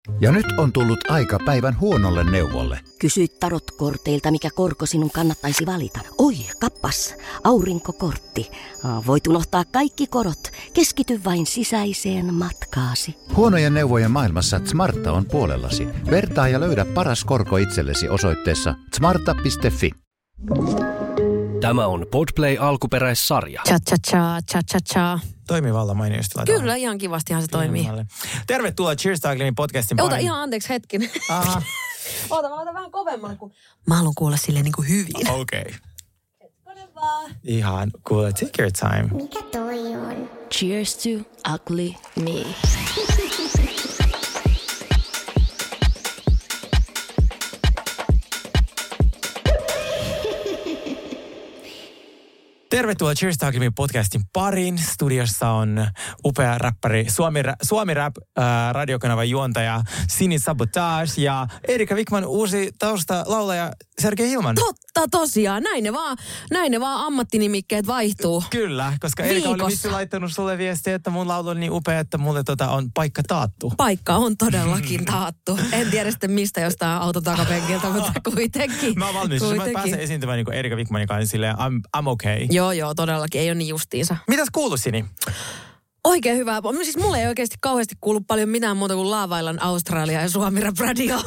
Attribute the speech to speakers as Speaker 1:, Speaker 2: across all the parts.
Speaker 1: Ja nyt on tullut aika päivän huonolle neuvolle.
Speaker 2: Kysy tarotkorteilta, mikä korko sinun kannattaisi valita. Oi, kappas, aurinkokortti. Voit unohtaa kaikki korot. Keskity vain sisäiseen matkaasi.
Speaker 1: Huonojen neuvojen maailmassa Smarta on puolellasi. Vertaa ja löydä paras korko itsellesi osoitteessa smarta.fi.
Speaker 3: Tämä on Podplay alkuperäissarja.
Speaker 4: Cha-cha-cha.
Speaker 5: Toimii vallan mainiosti.
Speaker 4: Kyllä, ihan kivastihan se toimii.
Speaker 5: Tervetuloa Cheers Talkinin podcastin pariin.
Speaker 4: Ota ihan anteeksi hetken.
Speaker 5: Aha.
Speaker 4: Oota, mä otan vähän kovemmalle, kun mä haluan kuulla silleen niin kuin hyvin.
Speaker 5: Okei.
Speaker 4: Hetkonen vaan.
Speaker 5: Ihan cool. Take your time.
Speaker 6: Mikä toi on?
Speaker 2: Cheers to ugly me.
Speaker 5: Tervetuloa Cheers Talkinin podcastin pariin. Studiossa on upea räppäri, Suomi Rap radiokanavan juontaja Sini Sabotage ja Erika Wikman uusi taustalaulaja Sergei Hilman.
Speaker 4: Totta tosiaan, näin ne vaan ammattinimikkeet vaihtuu.
Speaker 5: Kyllä, koska Erika oli vissi laittanut sulle viestiä, että mun laulu on niin upea, että mulle on paikka taattu.
Speaker 4: Paikka on todellakin taattu. En tiedä sitten mistä jostain auton takapenkiltä, mutta kuitenkin.
Speaker 5: Mä oon valmis, jos mä pääsen esiintymään niin kuin Erika Wikmanin kanssa, niin silleen I'm okay.
Speaker 4: Joo, todellakin. Ei ole niin justiinsa.
Speaker 5: Mitäs kuuluu, Sini?
Speaker 4: Oikein hyvä. Siis mulle ei oikeasti kauheasti kuulu paljon mitään muuta kuin Laavailan Australia ja Suomi Rap Radio.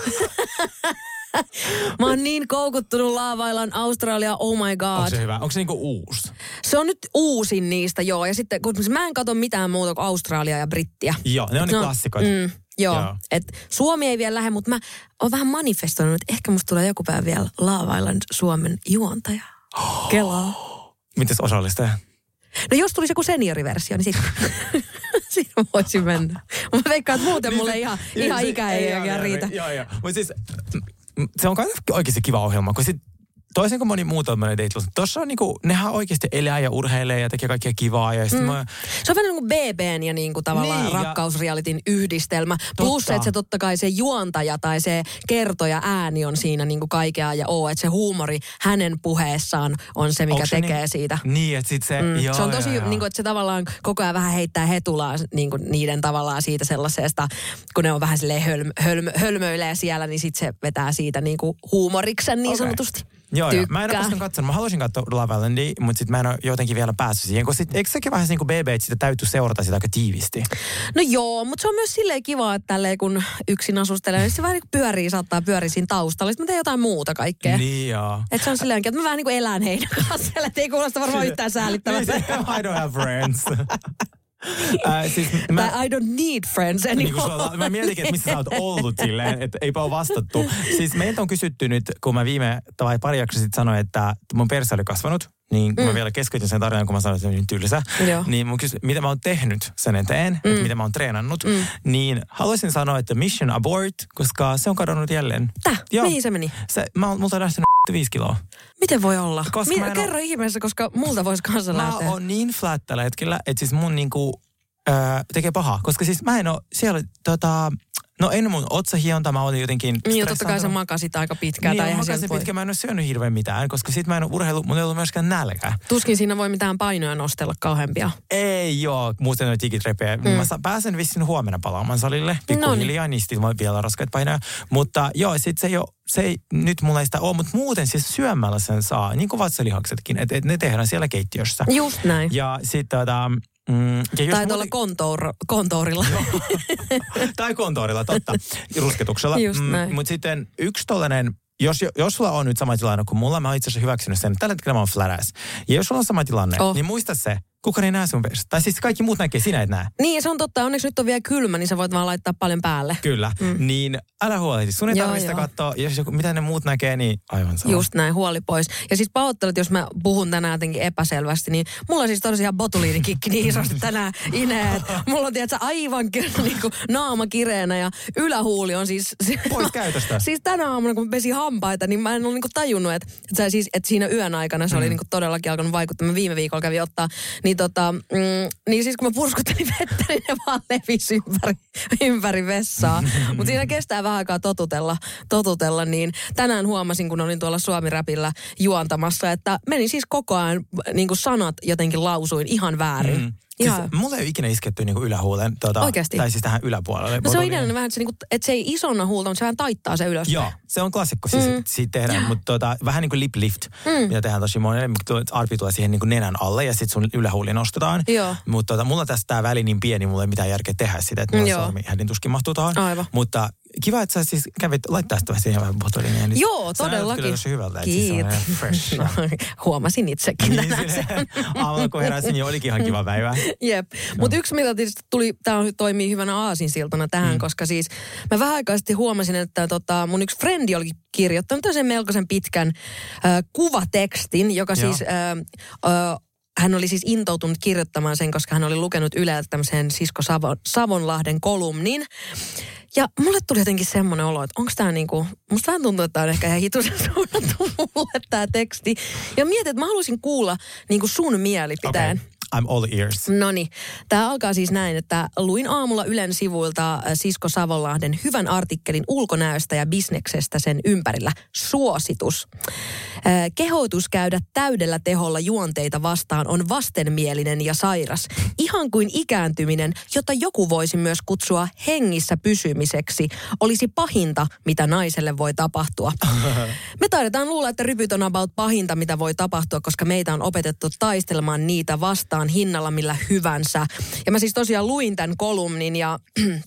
Speaker 4: Mä oon niin koukuttunut Laavailan Australia, oh my god.
Speaker 5: Onko se hyvä? Onko se niinku uusi?
Speaker 4: Se on nyt uusin niistä, joo. Ja sitten, kun mä en katso mitään muuta kuin Australia ja Brittiä.
Speaker 5: Joo, ne on ne klassikoita.
Speaker 4: Joo. Et Suomi ei vielä lähde, mutta mä oon vähän manifestoinut, että ehkä musta tulee joku päivä vielä Laavailan Suomen juontaja. Kelaa.
Speaker 5: Mites osallistaja?
Speaker 4: No jos tulisi joku senioriversio, niin sitten siinä voisin mennä. Mä veikkaan, että muuten mulle ihan ikä ei riitä.
Speaker 5: Joo. Mutta siis se on oikeasti kiva ohjelma, kun sit toisin kuin moni muuta on teitä, tuossa on niinku, nehän oikeasti elää ja urheilee ja tekee kaikkea kivaa. Ja
Speaker 4: se on vähän niin kuin BBn ja niinku tavallaan rakkausrealitin yhdistelmä. Plus, että se totta kai se juontaja tai se kertoja ääni on siinä niinku kaikkea ja että se huumori hänen puheessaan on se, mikä tekee siitä.
Speaker 5: Niin, että sit se...
Speaker 4: Se on tosi, niinku, että se tavallaan koko ajan vähän heittää hetulaa niinku, niiden tavallaan siitä sellaisesta, kun ne on vähän silleen hölmöilee siellä, niin sit se vetää siitä niinku huumoriksen niin sanotusti.
Speaker 5: Joo, mä en ole koskaan katsonut. Mä haluaisin katsoa Love Islandia, mutta sitten mä en ole jotenkin vielä päässyt siihen. Eikö sekin vähän niin kuin BB, että sitä täytyy seurata sitä aika tiivisti? No
Speaker 4: joo, mutta se on myös silleen kiva, että tälleen kun yksin asustelee, niin se vähän niin kuin saattaa pyöriä siinä taustalla. Sitten mä teen jotain muuta kaikkea.
Speaker 5: Niin joo.
Speaker 4: Että se on silleenkin, että mä vähän niin kuin elän heidän kanssa. Että ei kuulosta varmaan yhtään säälittävältä.
Speaker 5: I don't have friends.
Speaker 4: I don't need friends anymore.
Speaker 5: Mä mietinkin, että missä sä oot ollut silleen, että eipä ole vastattu. Siis meiltä on kysytty nyt, kun mä pari jaksoa sitten sanoin, että mun perse oli kasvanut, niin kun mä vielä keskeytin sen tarinan, kun mä sanoin, että se on tylsä, niin mun kysyi, mitä mä oon tehnyt sen eteen, että mitä mä oon treenannut, niin haluaisin sanoa, että mission abort, koska se on kadonnut jälleen.
Speaker 4: Mihin se meni?
Speaker 5: Multa on lähtenyt 5 kiloa.
Speaker 4: Miten voi olla? Kerro ihmeessä, koska multa voisi kanssa lähteä.
Speaker 5: Mä oon niin flat tällä hetkellä, että siis mun niinku tekee pahaa. Koska siis mä en oo siellä no en mun otsahionta, mä olin jotenkin
Speaker 4: niin ja totta kai sä makasit aika pitkään.
Speaker 5: Niin, makasin pitkään, mä en oo syönyt hirveän mitään, koska sit mä en oo urheilu, mulla ei ollut myöskään nälkä.
Speaker 4: Tuskin siinä voi mitään painoja nostella kauheampia.
Speaker 5: Ei joo, muuten on tikit repeä. Mä pääsen vissiin huomenna palaamaan salille, pikkuhiljaa, niin sitten voi vielä raskaita painoja. Mutta joo, sit se ei, nyt mulla ei sitä ole, mutta muuten siis syömällä sen saa, niin kuin vatsalihaksetkin, että ne tehdään siellä keittiössä.
Speaker 4: Just näin.
Speaker 5: Ja sitten
Speaker 4: tai tuolla kontourilla.
Speaker 5: Tai kontourilla, totta. Rusketuksella. Mutta sitten yksi tollainen, jos sulla on nyt sama tilanne kuin mulla, mä oon itse asiassa hyväksynyt sen. Tällä hetkellä mä oon flat ass. Ja jos sulla on sama tilanne, niin muista se. Kukaan ei näe sun perstä. Tai siis kaikki muut näkee, sinä et näe.
Speaker 4: Niin, se on totta. Onneksi nyt on vielä kylmä, niin sä voit vaan laittaa paljon päälle.
Speaker 5: Kyllä. Niin älä huolehdi. Sun ei tarvitse katsoa. Jos mitä ne muut näkee, niin aivan sama.
Speaker 4: Just näin, huoli pois. Ja siis pahoittelut, jos mä puhun tänään jotenkin epäselvästi, niin mulla on siis tosiaan botuliinikikki niin isosti tänään ineet. Mulla on tiedätkö aivan niin kuin naama kireenä ja ylähuuli on siis...
Speaker 5: Pois käytöstä.
Speaker 4: Siis tänä aamuna, kun mä pesin hampaita, niin mä en ole niin kuin tajunnut, että siinä yön aikana se oli niin kuin todellakin alkanut vaikuttaa. Mä viime viikolla kävin ottaa niin siis kun mä purskuttelin vettä, niin ne vaan levisi ympäri vessaa. Mutta siinä kestää vähän aikaa totutella, niin tänään huomasin, kun olin tuolla Suomi-räpillä juontamassa, että meni siis koko ajan niin kuin sanat jotenkin lausuin ihan väärin.
Speaker 5: Siis mulla ei ole ikinä isketty niinku ylähuulen.
Speaker 4: Oikeasti?
Speaker 5: Tai siis tähän yläpuolelle.
Speaker 4: No se on ideallinen vähän, että se ei isona huulta, mutta se vähän taittaa se ylös.
Speaker 5: Joo, se on klassikko siis, siitä tehdään. Mutta vähän niin kuin lip lift, mitä tehdään tosi monelle. Arpi tulee siihen niin kuin nenän alle ja sitten sun ylähuuli nostetaan. Mutta mulla tästä tää väli niin pieni, mulla ei mitään järkeä tehdä sitä, että mulla sormi hädin tuskin mahtuu tuohon.
Speaker 4: Aivan.
Speaker 5: Mutta kiva, että sä siis kävit laittaa sitä siihen vähän botulinia. Niin
Speaker 4: joo, todellakin.
Speaker 5: Kyllä tosi hyvältä.
Speaker 4: Kiitos.
Speaker 5: Fresh.
Speaker 4: No, huomasin itsekin tänään sen.
Speaker 5: Aamulla kun heräsin, niin olikin ihan kiva päivä.
Speaker 4: Jep. Mutta yksi, mitä tietysti tämä toimii hyvänä aasinsiltana tähän, koska siis mä vähän aikaa sitten huomasin, että mun yksi frendi oli kirjoittanut tämmöisen melkoisen pitkän kuvatekstin, joka siis... hän oli siis intoutunut kirjoittamaan sen, koska hän oli lukenut Yleltä tämmöisen Sisko Savonlahden kolumnin. Ja mulle tuli jotenkin semmoinen olo, että onko tämä niinku, musta vähän tuntuu, että tämä on ehkä ihan hitusen suunnattu mulle tämä teksti. Ja mietin, että mä haluaisin kuulla niinku sun mielipiteen.
Speaker 5: Okay. I'm all ears.
Speaker 4: Noniin. Tämä alkaa siis näin, että luin aamulla Ylen sivuilta Sisko Savonlahden hyvän artikkelin ulkonäöstä ja bisneksestä sen ympärillä. Suositus. Kehotus käydä täydellä teholla juonteita vastaan on vastenmielinen ja sairas. Ihan kuin ikääntyminen, jota joku voisi myös kutsua hengissä pysymiseksi, olisi pahinta, mitä naiselle voi tapahtua. Me taidetaan luulla, että rypyt on about pahinta, mitä voi tapahtua, koska meitä on opetettu taistelemaan niitä vastaan hinnalla millä hyvänsä. Ja mä siis tosiaan luin tämän kolumnin ja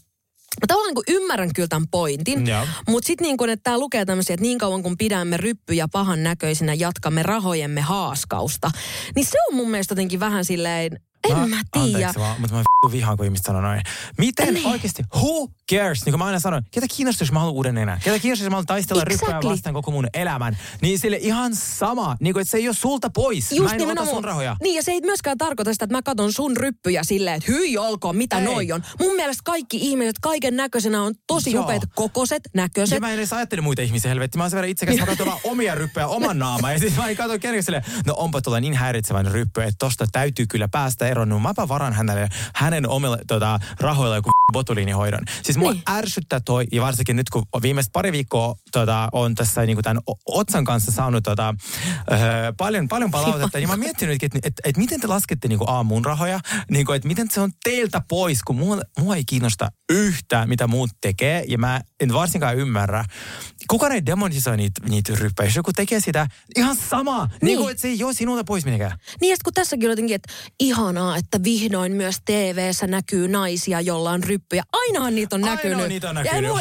Speaker 4: mä tavallaan niin ymmärrän kyllä tämän pointin, mutta sitten niin että tämä lukee tämmöisiä, että niin kauan kun pidämme ryppyjä pahan näköisinä, jatkamme rahojemme haaskausta. Niin se on mun mielestä jotenkin vähän silleen, en mä tiedä.
Speaker 5: Anteeksi vaan, mutta mä vihaan, kun ihmiset sanoo noin. Miten oikeasti, who cares? Niin kuin mä aina sanon, ketä kiinnostaa, jos mä haluan uuden nenän? Ketä kiinnostaa, jos mä haluan taistella ryppyä vastaan koko mun elämän? Niin sille ihan sama, niin kuin, että se ei ole sulta pois.
Speaker 4: Just
Speaker 5: mä en ota sun rahoja.
Speaker 4: Niin ja se ei myöskään tarkoita sitä, että mä katon sun ryppyjä silleen, että hyi olkoon, mitä noi on. Mun mielestä kaikki ihmiset kaiken näköisenä on tosi upeat kokoiset, näköiset.
Speaker 5: Ja mä en edes ajattele muita ihmisiä, helvetti. Mä oon sen verran itsekäs, mä katson vaan omia ryppyjä, oman naamaa. Ja siis mä en katso kenenkin silleen, no onpa tuolla niin häiritseväinen ryppy, että tosta täytyy kyllä päästä eroon. No mäpä varan hänen omille rahoilla joku botuliinihoidon. Siis mua ärsyttää toi, ja varsinkin nyt kun viimeiset pari viikkoa on tässä niin kuin tämän Otsan kanssa saanut paljon palautetta, niin mä oon miettinyt, että miten te laskette niin kuin aamuun rahoja, niin kuin, että miten se on teiltä pois, kun mua ei kiinnosta yhtään, mitä muut tekee, ja mä en varsinkaan ymmärrä. Kukaan ei demonisoi niitä ryppejä, jos joku tekee sitä ihan sama, niin kuin, että se ei ole sinulta pois minikään.
Speaker 4: Niin, ja kun tässäkin on jotenkin, että ihanaa, että vihdoin myös TV:ssä näkyy naisia, jolla on ryppyjä. Ainahan niitä on näkynyt.
Speaker 5: Aina niitä on näkynyt.
Speaker 4: Ja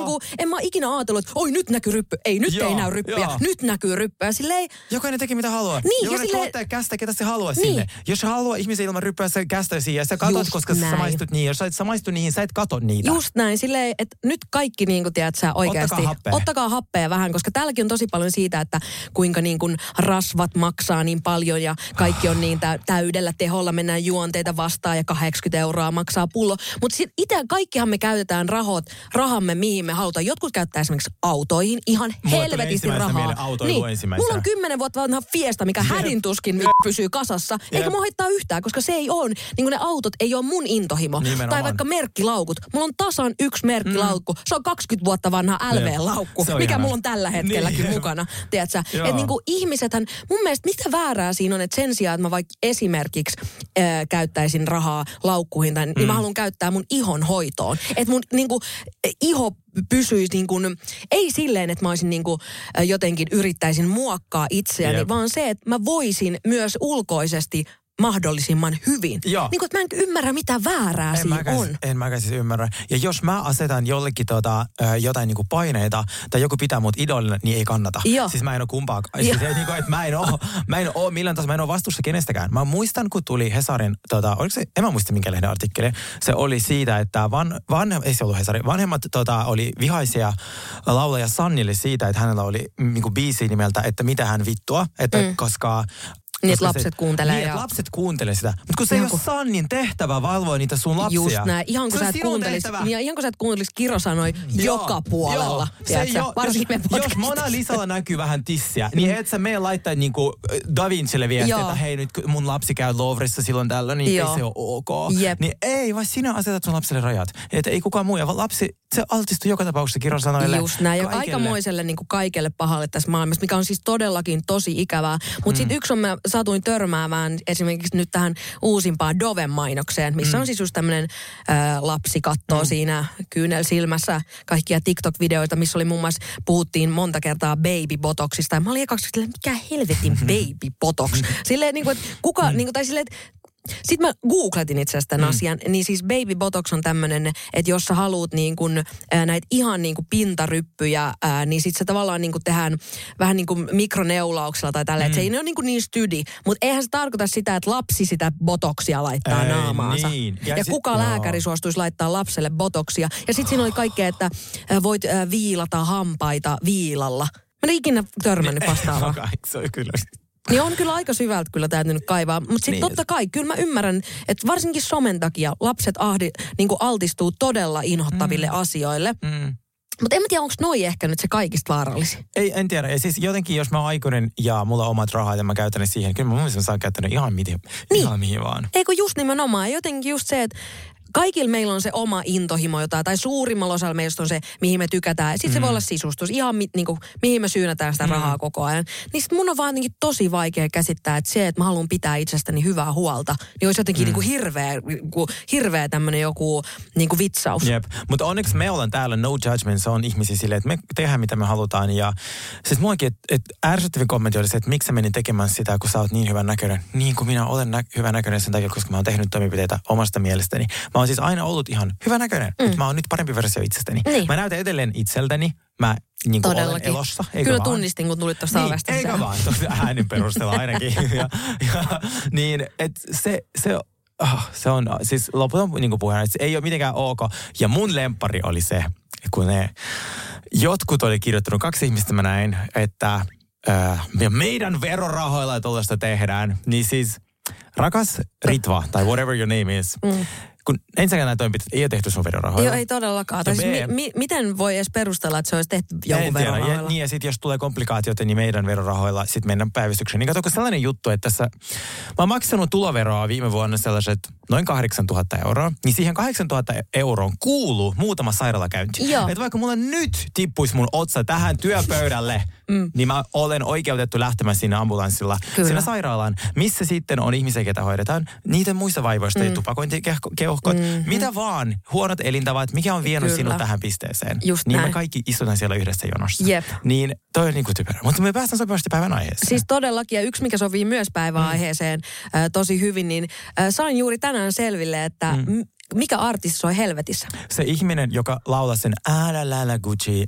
Speaker 4: en mä ikinä ajatellut, että oi nyt näkyy ryppy. Ei, nyt ei näy ryppyjä. Nyt näkyy ryppyjä. Silleen...
Speaker 5: Jokainen teki mitä haluaa.
Speaker 4: Niin,
Speaker 5: jokainen tuottaa kästä, ketä se haluaa sinne. Jos sä haluaa ihmisiä ilman ryppyä, sä kästä siihen. Sä katot, koska sä samaistut niihin. Jos sä et samaistu niihin, sä et kato niitä.
Speaker 4: Just näin. Silleen, että nyt kaikki niin kuin tiedät sä oikeasti. Ottakaa happea vähän, koska täälläkin on tosi paljon siitä, että kuinka niin kuin rasvat maksaa niin paljon ja kaikki on niin täydellä teholla. Mennään juonteita vastaan ja 80 € maksaa pullo. Mutta itse kaikkihan me käytetään rahamme mihin me halutaan. Jotkut käyttää esimerkiksi autoihin ihan helvetisti rahaa. Niin. Mulla on 10 vuotta vanha Fiesta, mikä hädintuskin pysyy kasassa. Eikä mua haittaa yhtään, koska se ei ole, niin kuin ne autot ei ole mun intohimo. Nimenomaan. Tai vaikka merkkilaukut. Mulla on tasan yksi merkkilaukku. Se on 20 vuotta vanha LV-laukku, mikä mulla on tällä hetkelläkin mukana. Tiedätkö? Että niin kuin ihmisethän, mun mielestä mitä väärää siinä on, että sen sijaan, että mä vaikka esimerkiksi käyttäisin rahaa laukkuihin, niin mä haluan käyttää mun ihon hoitoon. Että mun niin kuin, iho pysyisi niin kuin, ei silleen, että mä olisin niin kuin, jotenkin yrittäisin muokkaa itseäni, vaan se, että mä voisin myös ulkoisesti mahdollisimman hyvin. Niin kuin, että mä en ymmärrä, mitä väärää siinä on.
Speaker 5: En mäkään siis ymmärrä. Ja jos mä asetan jollekin jotain niinku paineita, tai joku pitää mut idolina, niin ei kannata. Siis mä en ole kumpaakaan. Siis, niinku, että mä en ole millään tasolla, mä en ole vastuussa kenestäkään. Mä muistan, kun tuli Hesarin, oliko se, en mä muista minkä lehden artikkeli, se oli siitä, että ei se ollut Hesari, vanhemmat oli vihaisia laulaja Sannille siitä, että hänellä oli niinku biisi nimeltä, että mitä hän vittua, että koska
Speaker 4: niin, että lapset kuuntelee.
Speaker 5: Niin, että lapset kuuntelee sitä. Mutta kun se ei ole Sannin tehtävä valvoa niitä sun lapsia.
Speaker 4: Just näin. Ihan kun sä et kuuntelis Kirosanoi joka puolella.
Speaker 5: Jos Mona Lisalla näkyy vähän tissiä, niin et sä mene laittaa niinku Da Vincille viestiä, että hei nyt mun lapsi käy Louvressa silloin tällöin, niin ei se ole ok. Niin ei, vaan sinä asetat sun lapselle rajat. Että ei kukaan muu. Ja lapsi se altistuu joka tapauksessa kirosanoille.
Speaker 4: Just näin. Ja aikamoiselle niin kuin kaikelle pahalle tässä maailmassa, mikä on siis todellakin tosi ikävää. Mutta sitten yksi on, mä satuin törmäämään esimerkiksi nyt tähän uusimpaan Doven mainokseen, missä on siis just tämmöinen lapsi kattoo siinä kyynel silmässä kaikkia TikTok-videoita, missä oli muun muassa, puhuttiin monta kertaa baby botoksista. Ja mä olin ekaksi silleen, mikä helvetin baby botox? Silleen niin kuin, että kuka, niin kuin, tai silleen, että sitten mä googletin itse asiassa tämän asian, niin siis baby botox on tämmöinen, että jos sä haluut niin kuin, näitä ihan niin kuin pintaryppyjä, niin sitten se tavallaan niin kuin tehdään vähän niin kuin mikroneulauksella tai tälleen, että se ei ole niin studi, mutta eihän se tarkoita sitä, että lapsi sitä botoksia laittaa naamaansa. Niin. Ja kuka lääkäri suostuisi laittaa lapselle botoksia? Ja sitten siinä oli kaikkea, että voit viilata hampaita viilalla. Mä en ikinä törmännyt vastaavaa.
Speaker 5: Se on kyllä.
Speaker 4: Niin on kyllä aika syvältä kyllä täytynyt kaivaa. Mutta sitten totta kai, kyllä mä ymmärrän, että varsinkin somen takia lapset niin kuin altistuu todella inhottaville asioille. Mutta en mä tiedä, onko noi ehkä nyt se kaikista vaarallisin.
Speaker 5: En tiedä. Ja siis jotenkin, jos mä oon aikuinen ja mulla on omat rahat ja mä käytän ne siihen, kyllä mä mielestäni saan käyttää ihan mihin vaan.
Speaker 4: Eikö just nimenomaan. Jotenkin just se, että kaikilla meillä on se oma intohimo jotain, tai suurimmalla osalla meistä on se, mihin me tykätään. Sitten se voi olla sisustus, ihan niinku, mihin me syynätään sitä rahaa koko ajan. Niin sit mun on vaan jotenkin tosi vaikea käsittää, että se, että mä haluan pitää itsestäni hyvää huolta, niin olisi jotenkin niinku hirveä tämmöinen joku niinku vitsaus.
Speaker 5: Jep, mutta onneksi me ollaan täällä no judgment, se on ihmisiä silleen, että me tehdään mitä me halutaan. Ja siis muakin, että ärsyttävin kommentti oli se, että miksi sä menin tekemään sitä, kun sä oot niin hyvän näköinen. Niin kuin minä olen hyvän näköinen sen takia, koska mä oon tehnyt toimenpiteitä omasta mielestäni. Mä oon siis aina ollut ihan hyvän näköinen, mutta mä oon nyt parempi versio itsestäni. Niin. Mä näytän edelleen itseltäni. Mä niin kuin olen elossa.
Speaker 4: Kyllä vaan tunnistin, kun tulit tuosta ovesta.
Speaker 5: Eikä vaan, äänen perusteella ainakin. Niin, että se on, siis loputon niin kuin puheen, että se ei ole mitenkään ok. Ja mun lemppari oli se, kun jotkut oli kirjoittanut, 2 ihmistä mä näin, että meidän verorahoilla tuollaista tehdään. Niin siis rakas Ritva, tai whatever your name is, kun ensinnäkin näitä toimenpiteitä ei ole tehty sun verorahoilla.
Speaker 4: Joo, ei todellakaan. Tai siis miten voi edes perustella, että se olisi tehty jonkun verorahoilla?
Speaker 5: Ja sitten jos tulee komplikaatioita, niin meidän verorahoilla sitten mennään päivystykseen. Niin katsoko sellainen juttu, että tässä mä oon maksanut tuloveroa viime vuonna sellaiset noin 8 000 euroa, niin siihen 8 000 euroon kuuluu muutama sairaalakäynti. Että vaikka mulla nyt tippuisi mun otsa tähän työpöydälle, niin mä olen oikeutettu lähtemään sinne ambulanssilla sinne sairaalaan, missä sitten on ihmisiä, ketä hoidetaan, niiden muista vaivoista, tupakointikeuhkot, mitä vaan, huonot elintavat, mikä on vienyt sinut tähän pisteeseen.
Speaker 4: Just
Speaker 5: niin
Speaker 4: näin.
Speaker 5: me kaikki istutaan siellä yhdessä jonossa.
Speaker 4: Jep.
Speaker 5: Niin toi on niin kuin typerä. Mutta me päästään sopivasti päivän aiheeseen.
Speaker 4: Siis todellakin, ja yksi mikä sopii myös päivän aiheeseen tosi hyvin, niin sain juuri tänään selville, että mikä artisti soi helvetissä?
Speaker 5: Se ihminen, joka laulaa sen älä Gucci,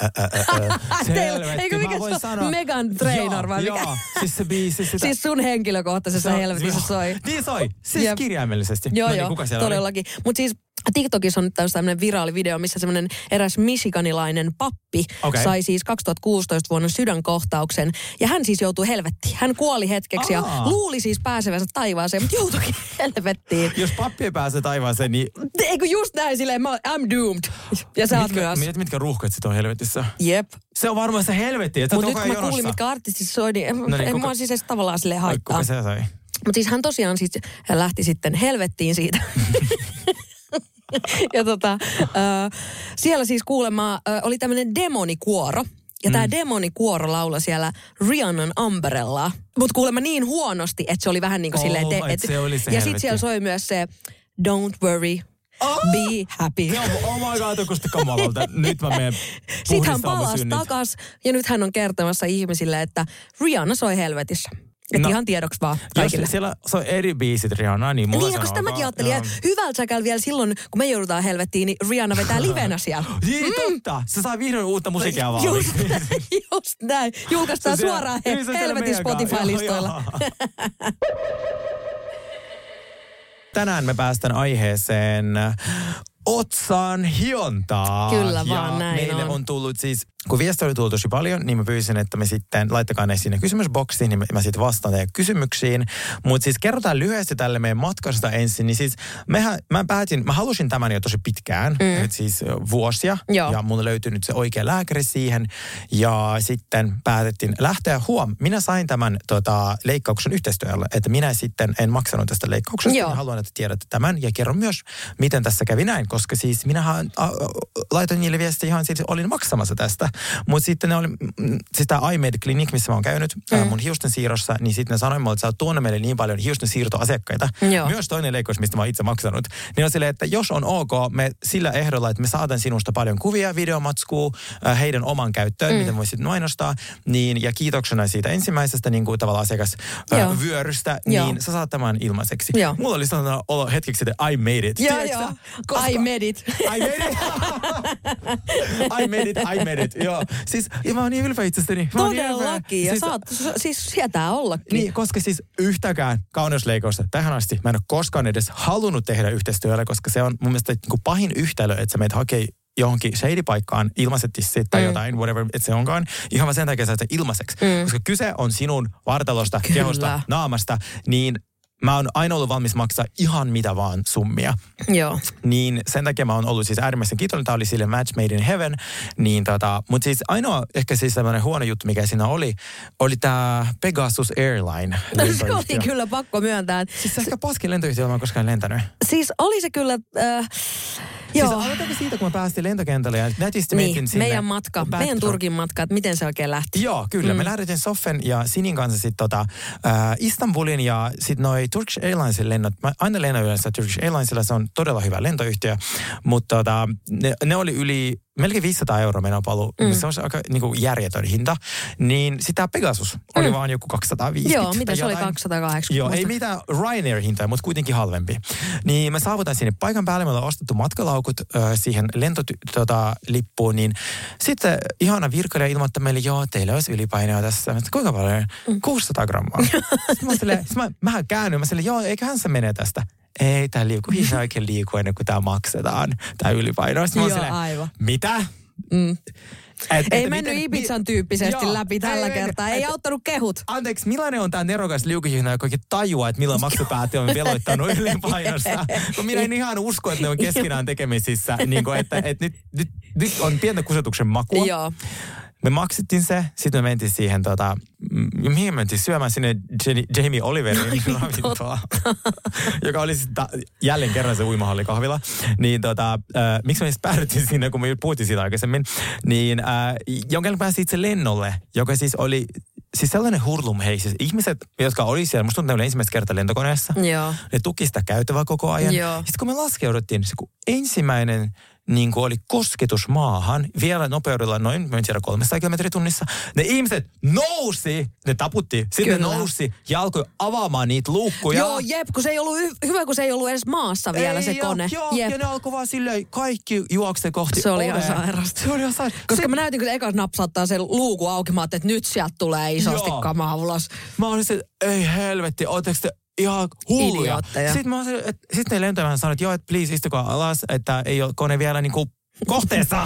Speaker 4: Eikö mikä se on? Megan Trainor vai mikä?
Speaker 5: Joo, siis se biisi.
Speaker 4: Siis sun henkilökohtaisessa helvetissä soi.
Speaker 5: Niin soi, siis kirjaimellisesti.
Speaker 4: Joo, kuka siellä todellakin. Mutta siis TikTokissa on nyt tämmöinen viraali video, missä semmoinen eräs michiganilainen pappi sai siis 2016 vuonna sydänkohtauksen. Ja hän siis joutui helvettiin. Hän kuoli hetkeksi ja luuli siis pääsevänsä taivaaseen, mutta joutuikin helvettiin.
Speaker 5: Jos pappi ei pääse taivaaseen, niin...
Speaker 4: Eikö just näin silleen, I'm doomed. Ja sä oot myös.
Speaker 5: Mitkä ruuhkat sit on helvetissä?
Speaker 4: Jep.
Speaker 5: Se on varmaan se helvetti, että
Speaker 4: mutta nyt kun mä kuulin, mitkä artistit soi, niin en mua siis edes tavallaan silleen haittaa.
Speaker 5: Kuka se sai?
Speaker 4: Mutta siis hän tosiaan siis lähti sitten helvettiin siitä. Ja siellä siis kuulemma oli tämmöinen demonikuoro. Ja tämä demonikuoro laula siellä Rihannan Umbrellaa. Mutta kuulemma niin huonosti, että se oli vähän niin kuin silleen... ja sitten siellä soi myös se Don't worry, be happy.
Speaker 5: Oh my god, kusta kamalalta. Nyt mä menen
Speaker 4: sitten hän palasi takas ja nyt hän on kertomassa ihmisille, että Rihanna soi helvetissä. Että ihan tiedoksi vaan kaikille.
Speaker 5: Jos siellä on eri biisit Rihannaa, niin mulla
Speaker 4: niin, koska mäkin ajattelin, että hyvältä sä käy vielä silloin, kun me joudutaan helvettiin, niin Rihanna vetää livenä siellä.
Speaker 5: Niin, totta. Se saa vihdoin uutta musiikkia vaan.
Speaker 4: Just näin. Julkaistaan suoraan helvetin Spotify-listoilla.
Speaker 5: Tänään me päästään aiheeseen otsaan hiontaa.
Speaker 4: Kyllä vaan näin
Speaker 5: meille on tullut siis kun viesti oli tullut tosi paljon, niin mä pyysin, että me sitten laittakaa ne sinne kysymysboksiin, niin mä sitten vastaan teidän kysymyksiin. Mutta siis kerrotaan lyhyesti tälle meidän matkasta ensin. Niin siis mä halusin tämän jo tosi pitkään, että siis vuosia. Joo. Ja mulla löytyi nyt se oikea lääkäri siihen. Ja sitten päätettiin lähteä. Minä sain tämän leikkauksen yhteistyöllä, että minä sitten en maksanut tästä leikkauksesta. Joo. Haluan, että tiedätte tämän ja kerron myös, miten tässä kävi näin, koska siis minähän laitoin niille viestiä ihan siis olin maksamassa tästä. Mutta sitten ne oli, siis tämä iMed Clinic, missä mä oon käynyt mun hiusten siirrossa, niin sitten ne sanoi mulle, että sä oot tuonut meille niin paljon hiusten siirtoasiakkaita. Joo. Myös toinen leikkaus, mistä mä oon itse maksanut. Niin on silleen, että jos on ok, me sillä ehdolla, että me saatan sinusta paljon kuvia, videomatskua, heidän oman käyttöön, miten voisit mainostaa, niin ja kiitoksena siitä ensimmäisestä niin kuin tavallaan asiakasvyörystä, niin sä saat tämän ilmaiseksi. Joo. Mulla oli sellainen olo hetkeksi, että I made it.
Speaker 4: Joo. I made it.
Speaker 5: I made it. Joo. Siis, ja mä oon niin ylpeä itsestäni.
Speaker 4: Todellakin. Ja siis sietää ollakin.
Speaker 5: Niin, koska siis yhtäkään kauneusleikkausta tähän asti mä en ole koskaan edes halunnut tehdä yhteistyöllä, koska se on mun mielestä niin kuin pahin yhtälö, että sä meet hakee johonkin shady-paikkaan ilmaisetti tai jotain, whatever, että se onkaan. Ihan vaan sen takia sä ilmaiseksi. Koska kyse on sinun vartalosta, kehosta, naamasta, niin mä oon aina ollut valmis maksaa ihan mitä vaan summia.
Speaker 4: Joo. Niin
Speaker 5: sen takia mä oon ollut siis äärimmäisen kiitollinen. Tää oli sille match made in heaven. Niin mutta siis ainoa ehkä siis tämmöinen huono juttu, mikä siinä oli tää Pegasus Airline.
Speaker 4: Se oli kyllä pakko myöntää.
Speaker 5: Siis se ehkä paskin lentoyhtiö, mä oon koskaan lentänyt.
Speaker 4: Siis oli se kyllä...
Speaker 5: Siis aloitetaanko siitä, kun mä päästiin lentokentälle ja netisti mietin sinne.
Speaker 4: Meidän Turkin matka, että miten se oikein lähti.
Speaker 5: Joo, kyllä. Me lähdettiin Sofen ja Sinin kanssa sitten Istanbulin ja sitten noi Turkish Airlinesin lennot. Mä aina lennan yleensä Turkish Airlinesilla, se on todella hyvä lentoyhtiö, mutta ne oli yli melkein 500 € menopalu. Se on aika niinku järjetön hinta. Niin sitä Pegasus oli vaan joku 250.
Speaker 4: Joo, mitä se oli 280?
Speaker 5: Joo, ei mitään Ryanair-hintaa, mutta kuitenkin halvempi. Niin mä saavutan sinne paikan päälle, me ollaan ostettu matkalaukut siihen lentolippuun, niin sitten ihana virkailija ilmoittaa meille, joo, teillä olisi ylipainoa tässä. Kuinka paljon? 600 grammaa. Sitten mä käännyin, mä silleen, joo, eiköhän se mene tästä. Ei, tää liiku ihan oikein liiku ennen kuin tää maksetaan, tää ylipaino.
Speaker 4: Joo, aivan.
Speaker 5: Mitä?
Speaker 4: Ei mennyt Ibizan tyyppisesti läpi tällä kertaa. Ei auttanut kehut.
Speaker 5: Anteeksi, millainen on tää nerokas liukuhihna, joka oikein tajuaa, että milloin maksupäätti on veloittanut ylipainosta? Kun minä en ihan usko, että ne on keskenään tekemisissä. Niin kuin, että nyt on pientä kusetuksen makua. Joo. Me maksettiin se, sitten me mentiin siihen, mihin me mentiin syömään sinne Jamie Oliverin ravintolaan, joka oli sitten jälleen kerran se uimahallikahvila. Niin miksi me päädyttiin sinne, kun me puhuttiin siitä aikaisemmin, niin jonkin pääsi itse lennolle, joka siis oli siis sellainen hurlum, hei, siis ihmiset, jotka oli siellä, musta tuntuu, ne oli ensimmäistä kertaa lentokoneessa. Joo. Ne tuki sitä käytävää koko ajan. Joo. Sitten kun me laskeuduttiin, se kun ensimmäinen niin kuin oli kosketus maahan, vielä nopeudella noin, mä en tiedä 300 kilometriä tunnissa. Ne ihmiset nousi, ne taputti, sitten ne nousi ja alkoi avaamaan niitä luukkuja.
Speaker 4: Joo, jep, kun se ei ollut hyvä, kun se ei ollut edes maassa vielä se kone.
Speaker 5: Joo, ja ne alkoi vaan silleen, kaikki juokse kohti
Speaker 4: se oli ihan sairasta.
Speaker 5: Se oli ihan sairasta.
Speaker 4: Koska mä näytin, kun se eka napsauttaa sen luukun auki, mä ajattelin, että nyt sieltä tulee isosti kamaa ulos.
Speaker 5: Mä olin se, ei helvetti, ootteko te ihan hulluja. Sitten ne lentämään sanoivat, että joo, että please istukaa alas, että ei ole kone vielä niinku kohteessa.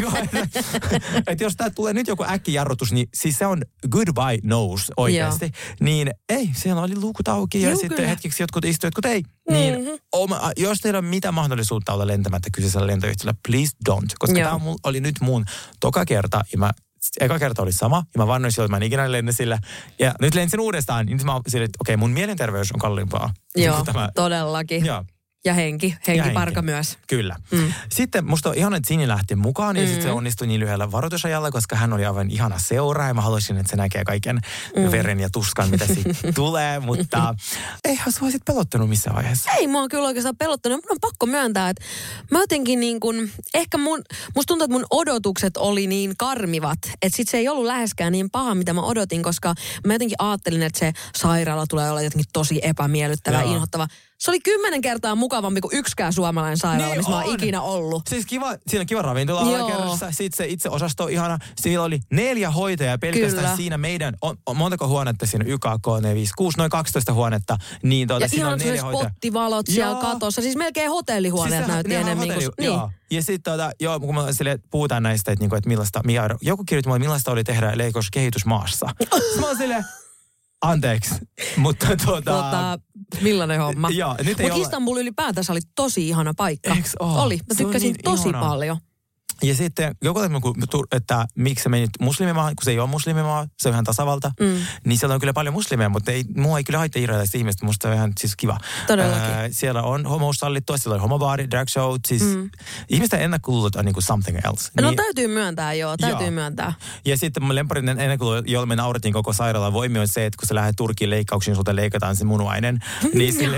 Speaker 5: Että jos tää tulee nyt joku äkkijarrutus, niin siis se on goodbye nose oikeasti. Niin ei, siellä oli luukut auki ja sitten hetkeksi jotkut istuivat, jotkut ei. Niin jos teillä on mitä mahdollisuutta olla lentämättä kyseisellä lentoyhtiöllä, please don't. Koska tämä oli nyt mun toka kerta ja eka kerta oli sama, ja mä vannoin silloin, että mä en ikinä lennä sillä. Ja nyt lensin uudestaan, niin mä silleen, että okei, mun mielenterveys on kalliimpaa.
Speaker 4: Joo, todellakin.
Speaker 5: Joo.
Speaker 4: Ja henkiparka myös.
Speaker 5: Kyllä. Sitten musta on ihana, että Sini lähti mukaan ja sitten se onnistui niin lyhyellä varoitusajalla, koska hän oli aivan ihana seura ja mä haluaisin, että se näkee kaiken veren ja tuskan, mitä siitä tulee, mutta eihän sua sit pelottanut missään vaiheessa. Ei
Speaker 4: mua kyllä oikeastaan pelottanut. Mun on pakko myöntää, että mä jotenkin niin kuin, ehkä musta tuntuu, että mun odotukset oli niin karmivat, että sit se ei ollut läheskään niin paha, mitä mä odotin, koska mä jotenkin ajattelin, että se sairaala tulee olla jotenkin tosi epämiellyttävä, inhottava. Se oli 10 kertaa mukavampi kuin yksikään suomalainen sairaala, missä mä oon ikinä ollut.
Speaker 5: Siis siinä on kiva ravintola alakerrassa. Sitten se itse osasto on ihana. Siellä oli 4 hoitajaa pelkästään. Kyllä. Siinä meidän, montako huonetta siinä YKK, 4, 5, 6, noin 12 huonetta. Niin ja siinä on 4 hoitajaa. Spottivalot siellä katossa. Siis melkein hotellihuoneet näytti enemmän. Niin. Ja sitten kun me puhutaan näistä, että millaista, joku kirjoitti mulle, millaista oli tehdä leikkaus kehitysmaassa. Mä oon silleen, anteeksi, mutta
Speaker 4: millainen homma.
Speaker 5: Mutta
Speaker 4: Istanbul ylipäätänsä oli tosi ihana paikka.
Speaker 5: Oli.
Speaker 4: Mä tykkäsin tosi paljon.
Speaker 5: Ja sitten joku että miksi se meni muslimimaahan, kun se ei ole muslimimaa, se on ihan tasavalta. Niin siellä on kyllä paljon muslimeja, mutta mua ei kyllä haittaa irrallisista ihmistä. Musta se on ihan siis kiva.
Speaker 4: Todellakin.
Speaker 5: Siellä on homous sallittua, siellä on homobaari, drag show. Siis ihmisten ennakkoluulot on niinku something else.
Speaker 4: No täytyy myöntää, täytyy myöntää.
Speaker 5: Ja sitten mun lemparinen ennakkoluulo, jolla me naurettiin koko sairaalan voimi on se, että kun sä lähdet Turkiin leikkauksiin, sulta leikataan se munuainen. Niin sille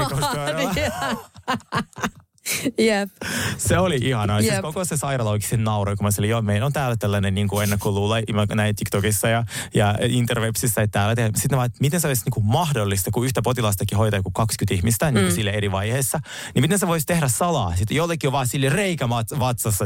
Speaker 4: Jep.
Speaker 5: Se oli ihanaa. Siis koko se sairaala oikeasti nauroi, kun mä sanoin, meillä on täällä tällainen niin kuin ennakkoluulo, mä näin TikTokissa ja interwebsissä, että täällä. Sitten mä, miten se olisi niin kuin mahdollista, kun yhtä potilastakin hoitaa joku 20 ihmistä niin kuin sille eri vaiheessa, niin miten se voisi tehdä salaa? Sitten jollekin on vaan sille reikä vatsassa.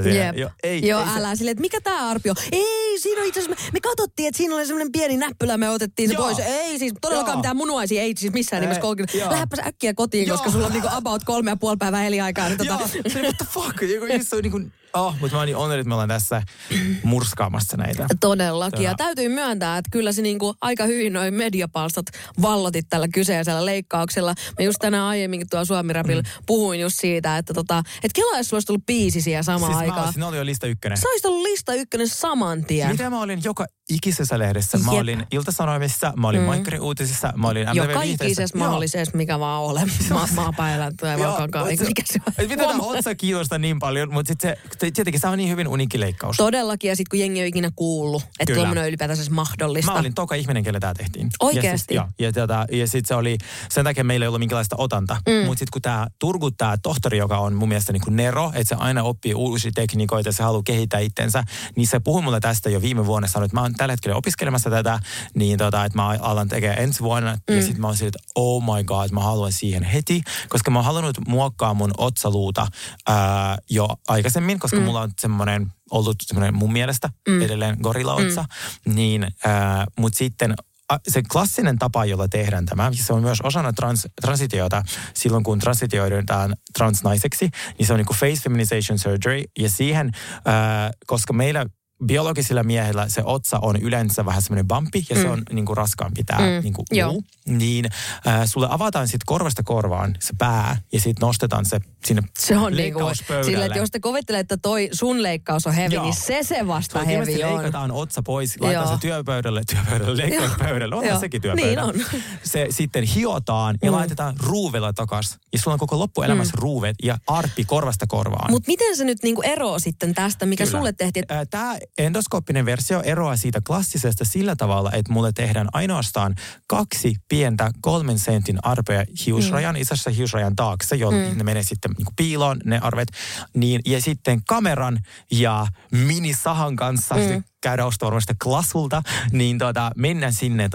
Speaker 4: Älä sille, että mikä tää Arpi on? Ei, siinä on itse asiassa, me katsottiin, että siinä oli semmoinen pieni näppylä, me otettiin se pois. Ei siis todellakaan mitään munuaisia, ei siis missään nimessä kolkina. Lähdäpäs äkkiä kotiin, koska sulla on niin kuin about 3,5 päivää eliaikaa.
Speaker 5: What the fuck? Mutta mä oon niin onnellinen, että me ollaan tässä murskaamassa näitä.
Speaker 4: Todellakin. Ja täytyy myöntää, että kyllä se niinku aika hyvin noin mediapalstat vallotit tällä kyseisellä leikkauksella. Mä just tänään aiemminkin tuolla Suomi-rapilla puhuin just siitä, että kelaa jos sulla olisi tullut biisisiä samaan aikaan.
Speaker 5: Siis oli jo lista 1.
Speaker 4: Sä olisit ollut lista 1 saman tien.
Speaker 5: Mitä mä olin joka ikisessä lehdessä? Mä olin Ilta-Sanomissa, mä olin Maikkarin uutisissa, mä olin MTV
Speaker 4: Joka ikisessä mahdollisessa, mikä vaan ole. Maapäällä tai valkankaan.
Speaker 5: Mitä tämä otsa kiinnostaa niin paljon, mutta sitten tietenkin se on niin hyvin uniikki leikkaus.
Speaker 4: Todellakin, ja sitten kun jengi on ikinä kuullut, että tuommoinen on ylipäätänsä mahdollista.
Speaker 5: Mä olin toka ihminen, kelle tämä tehtiin.
Speaker 4: Oikeasti?
Speaker 5: Ja sitten se oli, sen takia meillä ei ollut minkälaista otanta. Mutta sitten kun tämä Turku, tämä tohtori, joka on mun mielestä niin kuin Nero, että se aina oppii uusia tekniikoita ja se haluaa kehittää itsensä, niin se puhui mulle tästä jo viime vuonna, sanoi, että mä oon tällä hetkellä opiskelemassa tätä, niin että mä alan tekemään ensi vuonna. Ja sitten mä oon sille, että oh my god, mä haluan siihen heti, koska mä oon halunnut muokkaa mun otsaluuta jo aikaisemmin, koska mulla on ollut semmoinen mun mielestä edelleen gorillaotsa, niin, mutta sitten se klassinen tapa, jolla tehdään tämä, se on myös osana transitiota, silloin kun transitioidaan transnaiseksi, niin se on niin kuin face feminization surgery, ja siihen, koska meillä biologisilla miehillä se otsa on yleensä vähän semmoinen bumpy ja se on niinku raskaampi tämä niinku luu. Niin sulle avataan sitten korvasta korvaan se pää ja sitten nostetaan se sinne leikkauspöydälle.
Speaker 4: Sillä, että jos te kuvittelee, että toi sun leikkaus on heavy, niin se vasta heavy on.
Speaker 5: Leikataan otsa pois, laitetaan se työpöydälle, leikkauspöydälle. Onhan sekin työpöydä.
Speaker 4: Niin on.
Speaker 5: Se sitten hiotaan ja laitetaan ruuvella takas. Ja sulla on koko loppuelämässä ruuvet ja arppi korvasta korvaan.
Speaker 4: Mutta miten se nyt niinku eroaa sitten tästä, mikä sulle tehtiin?
Speaker 5: Tämä endoskooppinen versio eroaa siitä klassisesta sillä tavalla, että mulle tehdään ainoastaan 2 pientä 3 sentin arpea hiusrajan, itse asiassa hiusrajan taakse, jolloin ne menee sitten niin kuin piiloon ne arvet. Niin, ja sitten kameran ja minisahan kanssa käydä ostovarmasta Klassulta, niin mennään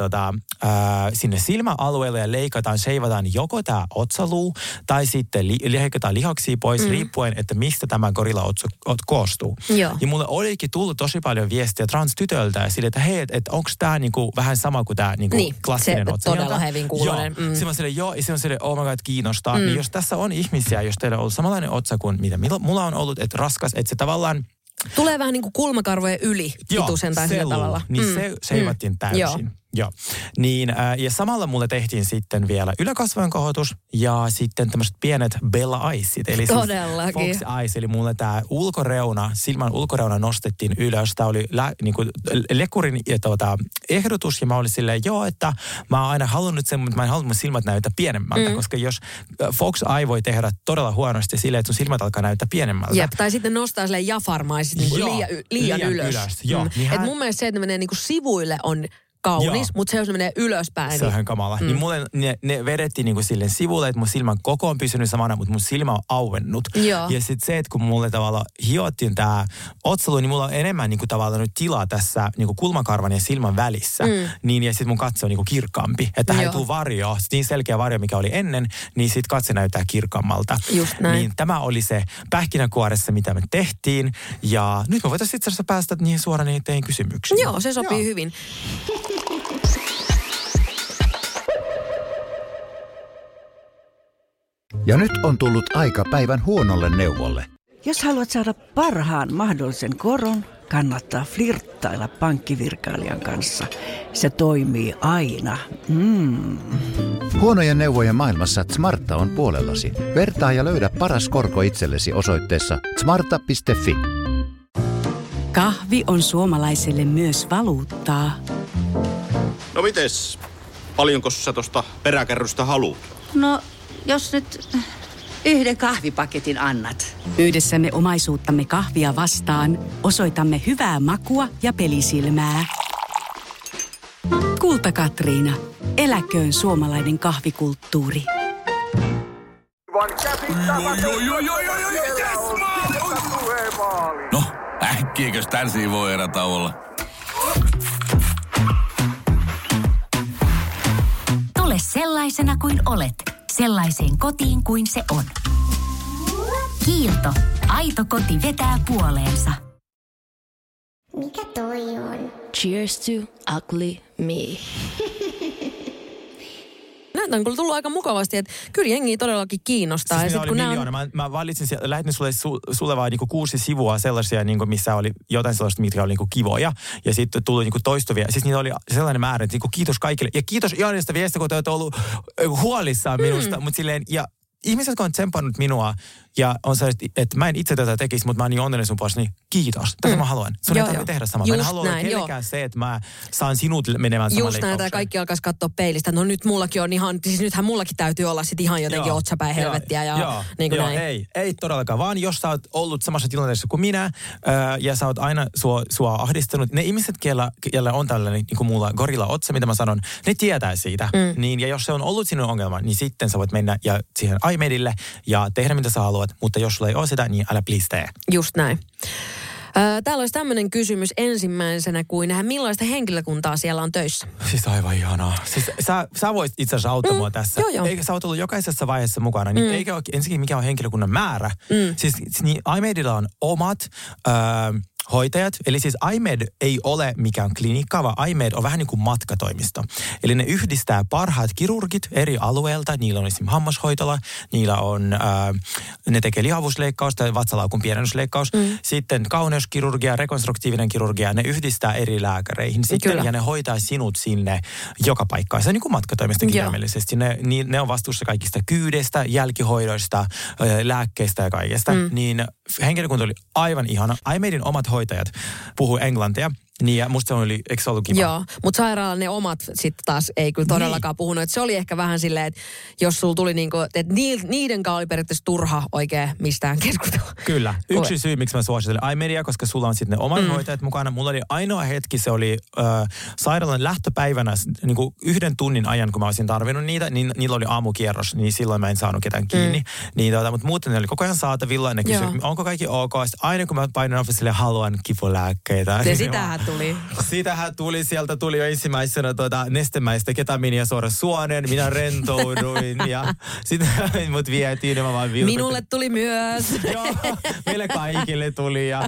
Speaker 5: sinne silmäalueelle ja leikataan, sheivataan joko tämä otsaluu tai sitten leikataan lihaksia pois riippuen, että mistä tämä gorillaotsa koostuu.
Speaker 4: Joo.
Speaker 5: Ja mulle olikin tullut tosi paljon viestiä transtytöltä ja sille, että hei, että onko tämä niinku vähän sama kuin tämä niinku klassinen otsa.
Speaker 4: Niin, se todella hevin kuuloinen.
Speaker 5: Joo, ja se on oh my god, kiinnostaa. Niin jos tässä on ihmisiä, jos teillä on ollut samanlainen otsa kuin mitä mulla on ollut, että raskas, että se tavallaan
Speaker 4: tulee vähän niin kuin kulmakarvojen yli pituisen tai sillä tavalla.
Speaker 5: Niin se sheivattiin täysin. Joo. Niin, ja samalla mulle tehtiin sitten vielä yläkasvojen kohotus ja sitten tämmöiset pienet Bella Eyesit. Eli
Speaker 4: todellakin.
Speaker 5: Fox Eyes, eli mulle tämä silmän ulkoreuna nostettiin ylös. Tämä oli niinku lekurin ehdotus ja mä olin silleen, että mä oon aina halunnut sen, mutta mä en halunnut mun silmät näyttää pienemmältä, koska jos Fox Eye voi tehdä todella huonosti silleen, että sun silmät alkaa näyttää pienemmältä.
Speaker 4: Jep, tai sitten nostaa silleen jafarmaiset niin liian ylös.
Speaker 5: Joo.
Speaker 4: Et mun mielestä se, että menee niin kuin sivuille on kaunis, mutta se jos ne menee ylöspäin.
Speaker 5: Se on ihan kamala. Niin mulle ne vedettiin niinku silleen sivulle, että mun silmän koko on pysynyt samana, mutta mun silmä on auennut. Joo. Ja sitten se, että kun mulle tavallaan hiottiin tää otselu, niin mulla on enemmän niinku tavallaan nyt tilaa tässä niinku kulmakarvan ja silmän välissä. Niin ja sitten mun katse on niinku kirkkaampi. Että tähän ei tule varjo, niin selkeä varjo, mikä oli ennen, niin sitten katse näyttää kirkkaammalta.
Speaker 4: Just näin.
Speaker 5: Niin tämä oli se pähkinänkuoressa, mitä me tehtiin. Ja nyt me voitaisiin itse asiassa päästä niihin suoraan niihin teidän kysymyksiin.
Speaker 4: Joo, se sopii hyvin.
Speaker 1: Ja nyt on tullut aika päivän huonolle neuvolle.
Speaker 6: Jos haluat saada parhaan mahdollisen koron, kannattaa flirttailla pankkivirkailijan kanssa. Se toimii aina.
Speaker 1: Huonojen neuvojen maailmassa Smarta on puolellasi. Vertaa ja löydä paras korko itsellesi osoitteessa smarta.fi.
Speaker 7: Kahvi on suomalaiselle myös valuuttaa.
Speaker 8: No mites? Paljonko sä tosta peräkärrystä haluat?
Speaker 9: No, jos nyt yhden kahvipaketin annat.
Speaker 7: Yhdessämme omaisuuttamme kahvia vastaan osoitamme hyvää makua ja pelisilmää. Kulta Katriina. Eläköön suomalainen kahvikulttuuri.
Speaker 10: No, äkkiäkös tän siivoo erätauolla?
Speaker 11: Tule sellaisena kuin olet, sellaiseen kotiin kuin se on. Kiilto. Aito koti vetää puoleensa.
Speaker 12: Mikä toi on?
Speaker 2: Cheers to ugly me.
Speaker 4: Näitä on kyllä tullut aika mukavasti, että kyllä jengiä todellakin kiinnostaa.
Speaker 5: Siis
Speaker 4: ja
Speaker 5: oli miljoona. Mä valitsin, lähetin sulle vaan niinku 6 sivua sellaisia, niinku, missä oli jotain sellaista, mitkä oli niinku kivoja. Ja sitten tuli niinku toistuvia. Siis niitä oli sellainen määrä, että niinku kiitos kaikille. Ja kiitos Jaanista viestistä, kun te olette ollut huolissaan minusta. Mutta silleen, ja ihmiset, jotka on tsempannut minua ja on se, että mä en itse tätä tekisi, mutta mä oon niin onnellinen sun puolesta, niin kiitos. Tätä mä haluan. Sun ei tarvitse tehdä samaa. Mä en halua kellekään se, että mä saan sinut menemään saman leikkaukseen.
Speaker 4: Just näin, kaikki alkaisi katsoa peilistä. No nyt mullakin on ihan, siis nythän mullakin täytyy olla sit ihan jotenkin otsapäin helvettiä ja niin kuin näin.
Speaker 5: Ei todellakaan, vaan jos sä oot ollut samassa tilanteessa kuin minä ja sä oot aina sua ahdistanut, ne ihmiset, kellä on tällainen niin kuin mulla gorilla-otsa, mitä mä sanon, ne tietää siitä. Niin, ja jos se on ollut sinun ongelma, niin sitten sä voit mennä ja siihen iMedille ja tehdä mitä sä haluat, mutta jos sulla ei ole sitä, niin älä please tee.
Speaker 4: Just näin. Täällä olisi tämmöinen kysymys ensimmäisenä kuin nähdä, millaista henkilökuntaa siellä on töissä.
Speaker 5: Siis aivan ihanaa. Siis sä voisit itse asiassa auttaa mua tässä.
Speaker 4: Joo.
Speaker 5: Eikä sä oot ollut jokaisessa vaiheessa mukana, niin eikä ole ensinnäkin mikä on henkilökunnan määrä. Siis niin iMedillä on omat hoitajat. Eli siis iMed ei ole mikään klinikka, vaan iMed on vähän niin kuin matkatoimisto. Eli ne yhdistää parhaat kirurgit eri alueelta. Niillä on esimerkiksi hammashoitola, niillä on, ne tekee lihavuusleikkausta, vatsalaukun pienennysleikkaus. Sitten kauneuskirurgia, rekonstruktiivinen kirurgia, ne yhdistää eri lääkäreihin sitten, ja ne hoitaa sinut sinne joka paikkaan. Se on niin kuin matkatoimisto kirjaimellisesti. Ne on vastuussa kaikista kyydestä, jälkihoidoista, lääkkeistä ja kaikesta. Niin henkilökunta oli aivan ihana. iMedin omat hoitajat puhuu englantia. Niin ja musta se oli, eikö se ollut kiva?
Speaker 4: Joo, mutta sairaalan ne omat sitten taas ei kyllä todellakaan puhunut. Et se oli ehkä vähän silleen, että jos sulla tuli niinku, että niiden kanssa oli periaatteessa turha oikein mistään keskustella.
Speaker 5: Kyllä. Yksi syy, miksi mä suosittelen iMedia, koska sulla on sitten ne omat hoitajat mukana. Mulla oli ainoa hetki, se oli sairaalan lähtöpäivänä, niinku 1 tunnin ajan, kun mä olisin tarvinnut niitä, niin niillä oli aamukierros, niin silloin mä en saanut ketään kiinni. Niin, mutta muuten ne oli koko ajan saatavilla, ne kysyi, onko kaikki ok? Sitten aina kun mä painan officelle, haluan kipulääkkeitä.
Speaker 4: Ja sitähän tuli.
Speaker 5: Sitähän tuli, sieltä tuli jo ensimmäisenä nestemäistä ketaminia suoraan suoneen, minä rentouduin ja sitten mut vietiin ja mä vaan vilkutin.
Speaker 4: Minulle tuli myös.
Speaker 5: Joo, meille kaikille tuli ja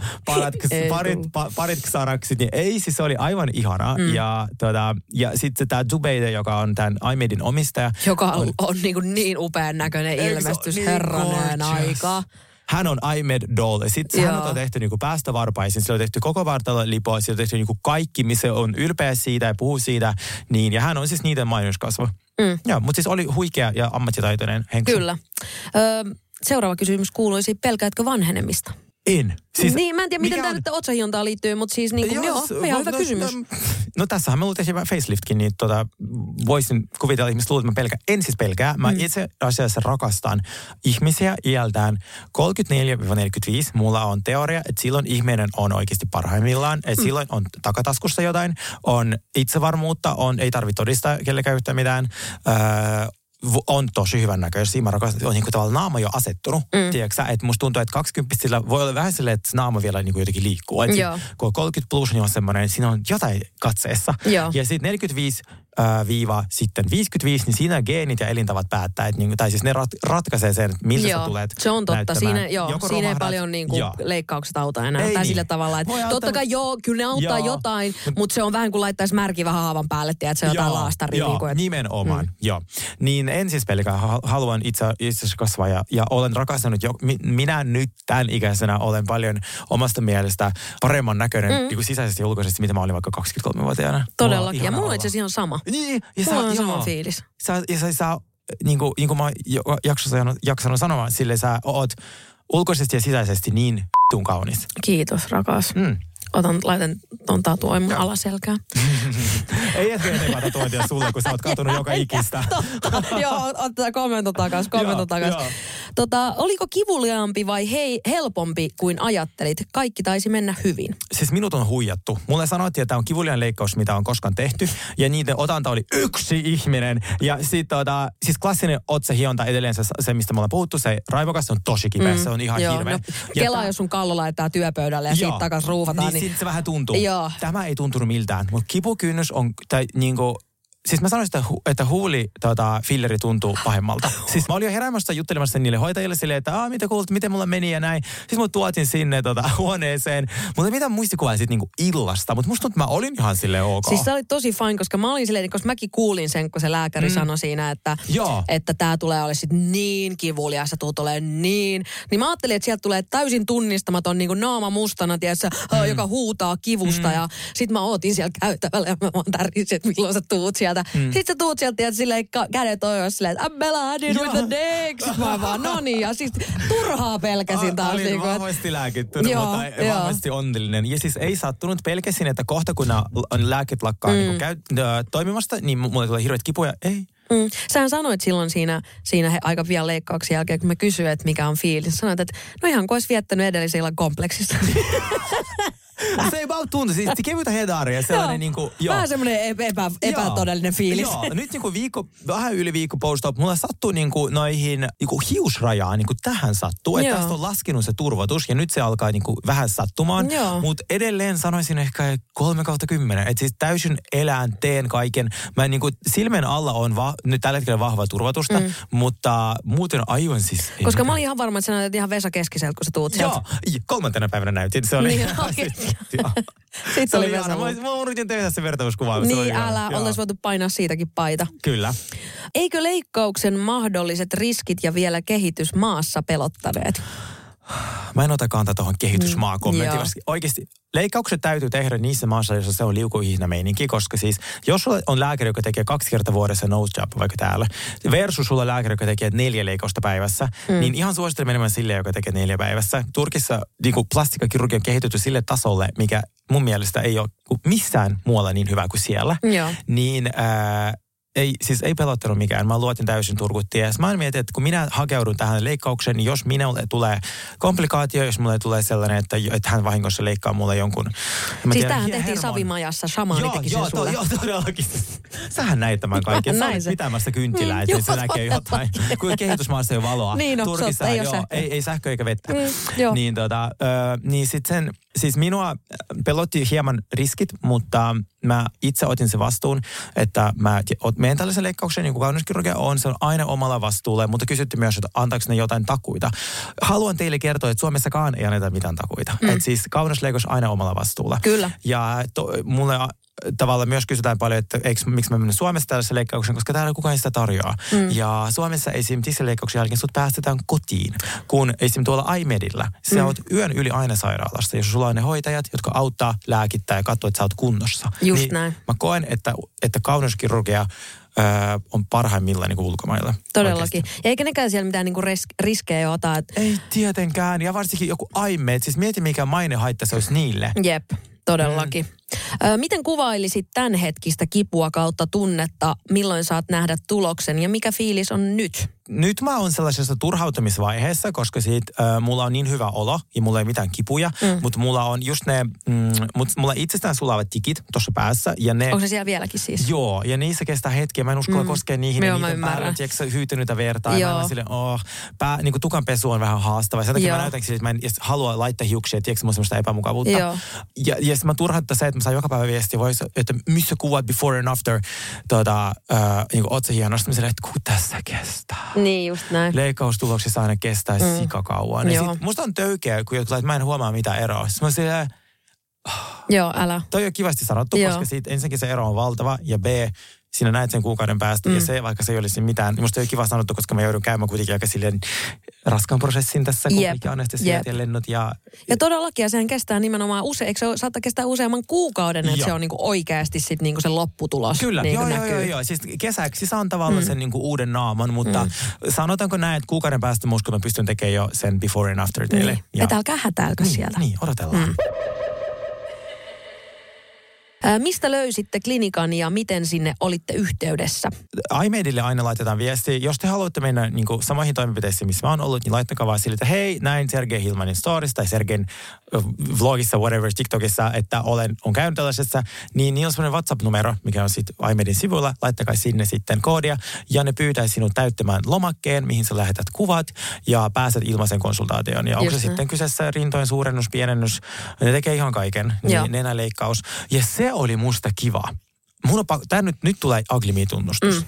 Speaker 5: parit saraksit, niin ei, siis se oli aivan ihanaa. Ja sitten tämä Zubeide, joka on tämän iMedin omistaja.
Speaker 4: Joka on niin upean näköinen ilmestys, niin herranen aika.
Speaker 5: Hän on iMed doll. Sitten hän on tehty niinku päästövarpaisin. Sillä on tehty koko vartalo lipoa. Sillä on tehty niinku kaikki, missä on ylpeä siitä ja puhuu siitä. Niin, ja hän on siis niiden mainoskasvo. Joo, mutta siis oli huikea ja ammattitaitoinen henkilö.
Speaker 4: Kyllä. Seuraava kysymys kuuluisi, pelkäätkö vanhenemista?
Speaker 5: En.
Speaker 4: Siis, niin, mä en tiedä, miten tämä nyt otsahiontaan liittyy, mutta siis niin kuin, joo, ihan hyvä kysymys.
Speaker 5: No tässähän me tehtiin faceliftkin, niin voisin kuvitella, ihmiset luulee, että mä pelkään. En siis pelkää. Mä itse asiassa rakastan ihmisiä iältään 34-45. Mulla on teoria, että silloin ihminen on oikeasti parhaimmillaan. Että silloin on takataskussa jotain, on itsevarmuutta, ei tarvitse todistaa kellekään yhtään mitään. On tosi hyvän näköisiä. Mä rakastan, on niin kuin tavallaan naama jo asettunut. Tiedätkö että musta tuntuu, että 20 voi olla vähän silleen, että naama vielä niin kuin jotenkin liikkuu. Kun on 30 plus, niin on semmoinen, siinä on jotain katseessa. Ja sitten 45 sitten 55, niin siinä geenit ja elintavat päättää, että tai siis ne ratkaisee sen, että miltä sä tulet
Speaker 4: se on totta.
Speaker 5: näyttämään.
Speaker 4: Siinä ei paljon niin kuin leikkaukset auta enää. Tai sillä tavalla, että totta kai kyllä ne auttaa jotain, mutta se on vähän kuin laittaisi märki vähän haavan päälle, että se on jotain laastaria.
Speaker 5: Nimenomaan, joo. Niin en siis pelkää, haluan itse asiassa kasvaa ja olen rakastanut minä nyt tämän ikäisenä olen paljon omasta mielestä paremman näköinen niin kuin sisäisesti ja ulkoisesti, mitä mä olin vaikka 23-vuotiaana.
Speaker 4: Todellakin, ja mulla on itse asiassa ihan sama.
Speaker 5: Niin,
Speaker 4: mulla on sama fiilis.
Speaker 5: Sä niin kuin mä jaksanut sanoa, sille sä oot ulkoisesti ja sisäisesti niin v***un kaunis.
Speaker 4: Kiitos, rakas. Laitan ton tatuoin mun alaselkään.
Speaker 5: Ei et vielä tatuointia sulle, kun sä oot katunut joka ikistä.
Speaker 4: Joo, ottaa komento takas. Oliko kivuliaampi vai helpompi kuin ajattelit? Kaikki taisi mennä hyvin.
Speaker 5: Siis minut on huijattu. Mulle sanottiin, että tämä on kivuliaan leikkaus, mitä on koskaan tehty. Ja niiden otanta oli yksi ihminen. Ja sitten siis klassinen otsahionta edelleen se, mistä me ollaan puhuttu, se raivokas, se on tosi kipeä. Se on ihan hirveä.
Speaker 4: Kelaa, jos sun kallo laittaa työpöydälle ja siitä takas ruuvataan.
Speaker 5: Niin se vähän tuntuu. Tämä ei tuntunut miltään, mutta kipukynnys on, tai niinku, siis mä sanoisin, että filleri tuntuu pahemmalta. Siis mä olin jo heräämässä juttelemassa niille hoitajille silleen, että mitä kuulut, miten mulla meni ja näin. Siis mut tuotin sinne huoneeseen. Mutta mitä muistikuvaa sitten niinku illasta, mutta musta tuntuu, että mä olin ihan silleen ok.
Speaker 4: Siis se oli tosi fine, koska mä olin silleen, koska mäkin kuulin sen, kun se lääkäri sanoi siinä, että tää tulee ole sit niin kivulias, sä tuut olemaan niin. Niin mä ajattelin, että sieltä tulee täysin tunnistamaton niinku naama mustana, tiedätkö, joka huutaa kivusta. Ja sit mä ootin siellä käytävällä ja mä vaan tärkisin, että milloin sä tuut sieltä. Sitten sä tuut sieltä, tiedät, silleen kädet ojoissa silleen, että Bella, I did with the dicks. Mä vaan, no niin, ja siis turhaa pelkäsin taas.
Speaker 5: Olin vahvasti lääkittynyt, mutta vahvasti onnellinen. Ja siis ei sattunut, pelkäsin, että kohta kun nämä lääket lakkaa toimimasta, niin mulle tulee hirveät kipuja. Ei.
Speaker 4: Sähän sanoit silloin siinä aika pian leikkauksen jälkeen, kun mä kysyin, että mikä on fiilis. Sanoit, että no ihan kuin olisi viettänyt edellisen illan kompleksissa.
Speaker 5: Se ei vaan tuntu. Siis kevytä hedaria. Sellainen niinku,
Speaker 4: vähän semmoinen epätodellinen fiilis.
Speaker 5: Joo. Nyt niinku vähän yli viikko post-op. Mulla sattuu niinku noihin niinku hiusrajaan. Niinku tähän sattuu. Että tästä on laskenut se turvotus. Ja nyt se alkaa niinku vähän sattumaan. Mutta edelleen sanoisin ehkä 3/10. Että siis täysin elän, teen kaiken. Mä niinku silmen alla on nyt tällä hetkellä vahvaa turvotusta. Mutta muuten aivan siis...
Speaker 4: Koska mä olin ihan varma, että sä näytät ihan Vesa Keskiseltä, kun sä tuut sieltä.
Speaker 5: Joo. 3. päivänä näytin. Se oli...
Speaker 4: Niin,
Speaker 5: Sitten oli Vesa. Mä yritin tehdä se vertauskuva.
Speaker 4: Niin, oltais voitu painaa siitäkin paita.
Speaker 5: Kyllä.
Speaker 4: Eikö leikkauksen mahdolliset riskit ja vielä kehitys maassa pelottaneet?
Speaker 5: Mä en ota kantaa tuohon kehitysmaakommenttiin. Oikeasti leikkaukset täytyy tehdä niissä maassa, jossa se on liukuhihna meininki, koska siis jos sulla on lääkäri, joka tekee 2 kertaa vuodessa nose job vaikka täällä, versus sulla lääkäri, joka tekee 4 leikkausta päivässä, niin ihan suosittelen menemään sille, joka tekee 4 päivässä. Turkissa niin plastikkakirurgia on kehitetty sille tasolle, mikä mun mielestä ei ole missään muualla niin hyvä kuin siellä. Niin... Ei pelottanut mikään. Mä luotin täysin Turkuttiin. Mä mietin, että kun minä hakeudun tähän leikkaukseen, niin jos minulle tulee komplikaatio, jos mulle tulee sellainen, että hän vahingossa leikkaa mulle jonkun...
Speaker 4: Siis tämähän tehtiin Savimajassa, shamaani teki sen sulle.
Speaker 5: Joo, todellakin. Sähän näit tämän kaiken. Sä olet pitämässä kynttilää, että se näkee jotain. Kun kehitysmaassa ei ole valoa.
Speaker 4: Niin,
Speaker 5: Turkissa ei sähkö eikä vettä. Niin sitten siis minua pelotti hieman riskit, mutta mä itse otin sen vastuun, että mä menen tällaisen leikkaukseen, niin kuin kauneuskirurgia on, se on aina omalla vastuulla, mutta kysyttiin myös, että antaako ne jotain takuita. Haluan teille kertoa, että Suomessakaan ei anneta mitään takuita. Että siis kauneusleikkaus aina omalla vastuulla.
Speaker 4: Kyllä.
Speaker 5: Ja mulle tavallaan myös kysytään paljon, että miksi mä menen Suomessa tällaisen leikkauksen, koska täällä kukaan sitä tarjoaa. Ja Suomessa esimerkiksi leikkauksen jälkeen sut päästetään kotiin, kun esimerkiksi tuolla iMedillä sä oot yön yli aina sairaalasta, jos sulla on ne hoitajat, jotka auttaa, lääkittää ja katsoo, että sä oot kunnossa.
Speaker 4: Just näin.
Speaker 5: Mä koen, että kauneuskirurgia on parhaimmillaan niin kuin ulkomailla.
Speaker 4: Todellakin.
Speaker 5: Oikeasti.
Speaker 4: Ja eikä nekään siellä mitään niin kuin riskejä ota.
Speaker 5: Ei tietenkään. Ja varsinkin joku aimeet. Siis mieti, mikä mainehaitta se olisi niille.
Speaker 4: Jep. Todellakin. Miten kuvailisit tämänhetkistä kipua kautta tunnetta? Milloin saat nähdä tuloksen ja mikä fiilis on nyt?
Speaker 5: Nyt mä oon sellaisessa turhautumisvaiheessa, koska mulla on niin hyvä olo ja mulla ei mitään kipuja, mutta mulla on just ne, mulla itsestään sulavat tikit tuossa päässä. Ja ne,
Speaker 4: onko se siellä vieläkin siis?
Speaker 5: Joo, ja niissä kestää hetkiä. Mä en uskalla koskea niihin ja niiden päällä, tiedätkö, hyytynyttä vertaa. Ja mä oon silleen, niin kuin tukanpesu on vähän haastava. Sen takia mä näytänkin sille, että mä en halua laittaa hiuksia, tiedätkö, mulla semmoista epämukavuutta.
Speaker 4: Joo.
Speaker 5: Ja mä turhauttaa se, että mä saan joka päivä viestiä, että missä kuvat before and after niin oot se hienosti. Mä silleen, että kun tässä kestää.
Speaker 4: Niin, just näin.
Speaker 5: Leikkaustuloksissa aina kestää sikakauan. Ja sit musta on töykeä, kun jotkut mä en huomaa mitä eroa. Sitten mä silleen,
Speaker 4: joo, älä.
Speaker 5: Toi on kivasti sanottu, koska siitä ensinnäkin se ero on valtava ja B, sinä näet sen kuukauden päästä ja se, vaikka se ei olisi mitään. Musta ei ole kiva sanottu, koska mä joudun käymään kuitenkin aika silleen raskaan prosessin tässä, kun anestesiat ja lennot. Ja
Speaker 4: todellakin, ja sehän kestää nimenomaan eikö se saattaa kestää useamman kuukauden, että se on niinku oikeasti sit niinku se lopputulos.
Speaker 5: Kyllä,
Speaker 4: niinku
Speaker 5: joo. Siis kesäksi saan tavallaan sen niinku uuden naaman, mutta sanotaanko näin, että kuukauden päästä musta mä pystyn tekemään jo sen before and after teille.
Speaker 4: Niin. Et älkää hätäilkö sieltä.
Speaker 5: Niin, odotellaan.
Speaker 4: Mistä löysitte klinikan ja miten sinne olitte yhteydessä?
Speaker 5: iMedille aina laitetaan viestiä. Jos te haluatte mennä niin kuin samoihin toimenpiteisiin, missä mä oon ollut, niin laittakaa vaan sille, että hei, näin Sergei Hillmanin stories tai Sergein vlogissa, whatever, TikTokissa, että on käynyt tällaisessa. Niin niillä on semmoinen WhatsApp-numero, mikä on sitten iMedin sivuilla. Laittakaa sinne sitten koodia ja ne pyytää sinut täyttämään lomakkeen, mihin sä lähetät kuvat ja pääset ilmaisen konsultaatioon. Ja onko se sitten kyseessä rintojen suurennus, pienennys, ne tekee ihan kaiken, niin nenäleikkaus. Ja se oli musta kiva. Nyt tulee ugly me-tunnustus.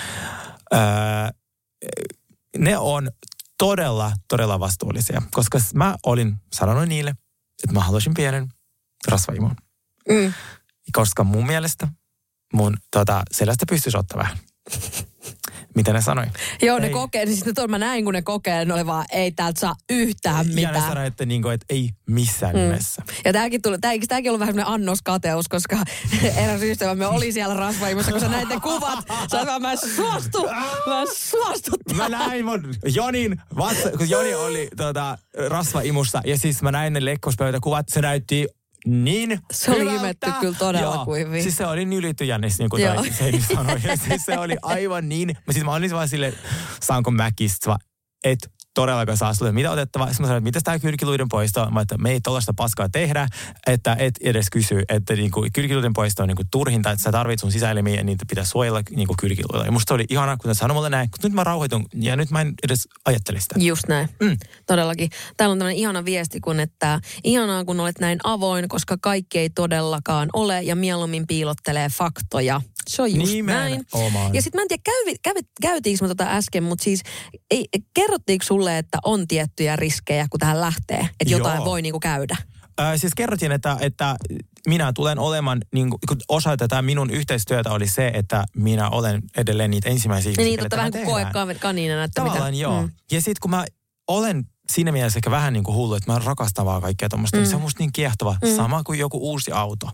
Speaker 5: Ne on todella vastuullisia, koska mä olin sanonut niille, että mä haluaisin pienen rasvaimon. Koska mun mielestä mun selästä pystyisi ottaa vähän. Mitä ne sanoi?
Speaker 4: Joo, ne kokee, niin sitten mä näin, kun ne kokee, ne oli vaan, ei täältä saa yhtään mitään.
Speaker 5: Ja ne sanoi, että ei missään nimessä.
Speaker 4: Ja tämäkin ollut vähän sellainen annoskateus, koska eräs ystävämme oli siellä rasvaimossa, kun sä näit ne kuvat. Sä vaan, mä en suostu.
Speaker 5: Mä näin mun Jonin, kun Joni oli rasvaimussa, ja siis mä näin ne leikkauspöytäkuvat, se näytti niin
Speaker 4: se oli imetty kyllä todella kuivia.
Speaker 5: Siis se oli nylitty jännis, niin kuin toi Seini sanoi. Ja siis se oli aivan niin. Siis mä olin vaan silleen, saanko mäkistä, että todellakaan saa sulle mitä otettavaa. Sitten mä sanoin, että mitäs tää kylkiluiden poisto? Mä että me ei tollaista paskaa tehdä, että et edes kysy, että niinku kylkiluiden poisto on niinku turhinta, että sä tarvit sun sisäelimiä ja niitä pitää suojella niinku kylkiluilla. Ja musta oli ihana, kun sä sanoi mulle näin, kun nyt mä rauhoitun ja nyt mä en edes ajattele sitä.
Speaker 4: Just näin. Todellakin. Täällä on tämmöinen ihana viesti, kun että ihanaa kun olet näin avoin, koska kaikki ei todellakaan ole ja mieluummin piilottelee faktoja. Se on just näin. Ja sitten mä en tiedä, käytiinkö mä äsken, mutta siis kerrottiinko sulle, että on tiettyjä riskejä, kun tähän lähtee? Että jotain voi niinku käydä?
Speaker 5: Siis kerrottiin, että minä tulen olemaan, niin kuin osa tätä minun yhteistyötä oli se, että minä olen edelleen niitä ensimmäisiä ihmisiä,
Speaker 4: niin, vähän kuin koekaniinina.
Speaker 5: Tavallaan joo. Ja sitten kun mä olen siinä mielessä ehkä vähän niin kuin hullu, että mä rakastan vaan kaikkea tuommoista. Se on musta niin kiehtova. Sama kuin joku uusi auto.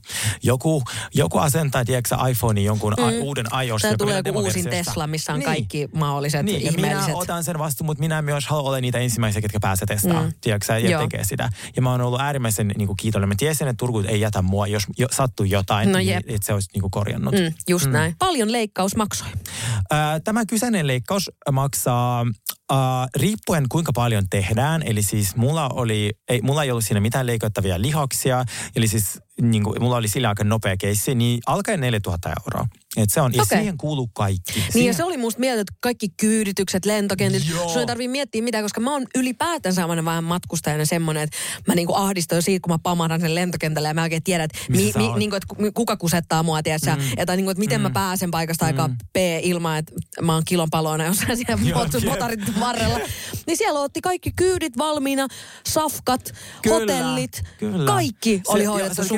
Speaker 5: Joku asentaa, tiedätkö iPhoneen jonkun uuden iOS.
Speaker 4: Tai tulee joku uusin Tesla, missä on kaikki mahdolliset ihmeelliset.
Speaker 5: Minä otan sen vastuun, mutta minä myös haluan olla niitä ensimmäisiä, ketkä pääsee testaamaan. Tiedätkö, ja tekee sitä. Ja mä oon ollut äärimmäisen niin kuin kiitollinen. Mä tiesin, että Turku ei jätä mua, jos sattuu jotain, niin, että se olisi niin kuin korjannut.
Speaker 4: Just näin. Paljon leikkaus maksoi?
Speaker 5: Tämä kyseinen leikkaus maksaa riippuen kuinka paljon tehdään. Eli siis mulla ei ollut siinä mitään leikattavia lihaksia. Eli siis niin kuin, mulla oli sillä aika nopea keissi, niin alkaen 4 000 €. Et se on, ja siihen kuuluu kaikki.
Speaker 4: Niin ja se oli musta mieltä, että kaikki kyyditykset, lentokentit. Sun ei tarvitse miettiä mitään, koska mä oon ylipäätään semmoinen vähän matkustajana semmoinen, että mä niinku ahdistun siitä, kun mä pamahdan sen lentokentälle ja mä oikein tiedän, että niinku, että kuka kusettaa mua, tiedätkö? Tai niinku, että miten mä pääsen paikasta aikaa B ilman, että mä oon kilon paloina jossain siellä motarit varrella. Niin siellä otti kaikki kyydit valmiina, safkat, hotellit, kaikki oli hoidettu sun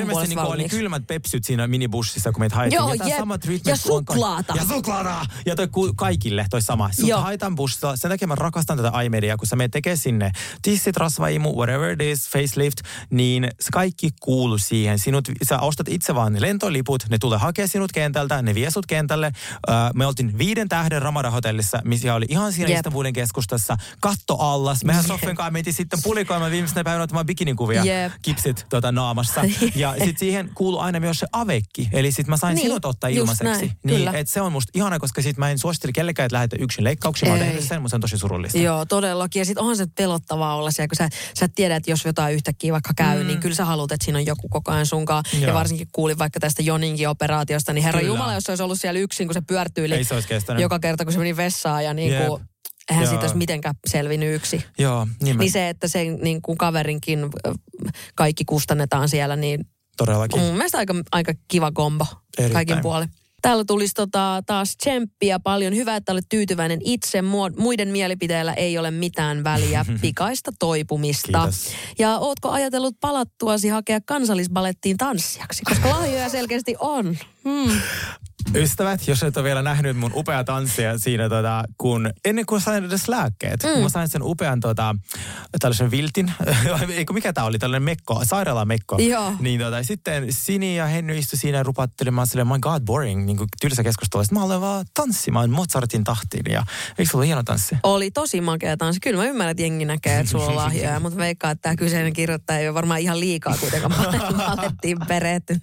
Speaker 4: puolesta
Speaker 5: niin oli kylmät pepsyt siinä minibussissa, kun meitä haettiin.
Speaker 4: Joo, ja suklaata.
Speaker 5: Ja suklaata! Ja toi kaikille toi sama. Sut haetaan bussilla. Sen takia mä rakastan tätä iMedia, kun sä menet tekee sinne tissit, rasvaimu, whatever it is, facelift, niin se kaikki kuuluu siihen. Sä ostat itse vaan ne lentoliput, ne tulee hakea sinut kentältä, ne vie sut kentälle. Me oltiin 5 tähden Ramada-hotellissa, missä oli ihan siinä Istanbulin keskustassa. Katto allas. Mehän Soffen kanssa mentiin sitten pulikoimaan viimeisenä päivänä ottamaan bikinikuvia. Kipsit naamassa. Ja sitten siihen kuuluu aina myös se avekki. Eli sitten mä sain sinut ottaa ilmaiseksi. Niin, että se on musta ihana, koska sitten mä en suosittele kellekään, että lähetä yksin leikkauksiin. Mä oon tehnyt sen, mutta se on tosi surullista.
Speaker 4: Joo, todellakin. Ja sitten onhan se pelottavaa olla siellä, kun sä et tiedä, että jos jotain yhtäkkiä vaikka käy, niin kyllä sä haluat, että siinä on joku koko ajan sunkaan. Ja varsinkin kuulin vaikka tästä Joninkin operaatiosta, niin herra Jumala, jos se olisi ollut siellä yksin, kun se pyörtyi joka kerta, kun se meni vessaan ja niin kuin eihän siitä olisi mitenkään selvinnyt yksi.
Speaker 5: Joo,
Speaker 4: niin se, että se niin kuin kaverinkin kaikki kustannetaan siellä, niin
Speaker 5: todellakin.
Speaker 4: Mun mielestä aika kiva kombo kaikin puolin. Täällä tulisi taas tsemppiä paljon. Hyvä, että olet tyytyväinen itse. Muiden mielipiteillä ei ole mitään väliä. Pikaista toipumista.
Speaker 5: Kiitos.
Speaker 4: Ja ootko ajatellut palattuasi hakea Kansallisbalettiin tanssijaksi? Koska lahjoja selkeästi on.
Speaker 5: Ystävät, jos et ole vielä nähnyt mun upea tanssia siinä, kun ennen kuin sain edes lääkkeet, kun mä sain sen upean tällaisen viltin, eikö mikä tää oli, tällainen mekko, sairaalamekko. Niin sitten Sini ja Henny istui siinä ja rupattelemaan silleen, my god, boring, niin kuin tylsä keskustelu. Sitten mä olen vaan tanssimaan Mozartin tahtiin ja eikö sulla hieno tanssi?
Speaker 4: Oli tosi makea tanssi. Kyllä mä ymmärrän, että jengi näkee, että sulla on lahjoja, mutta veikkaan, että tämä kyseinen kirjoittaja ei ole varmaan ihan liikaa kuitenkaan palettiin perehtynyt.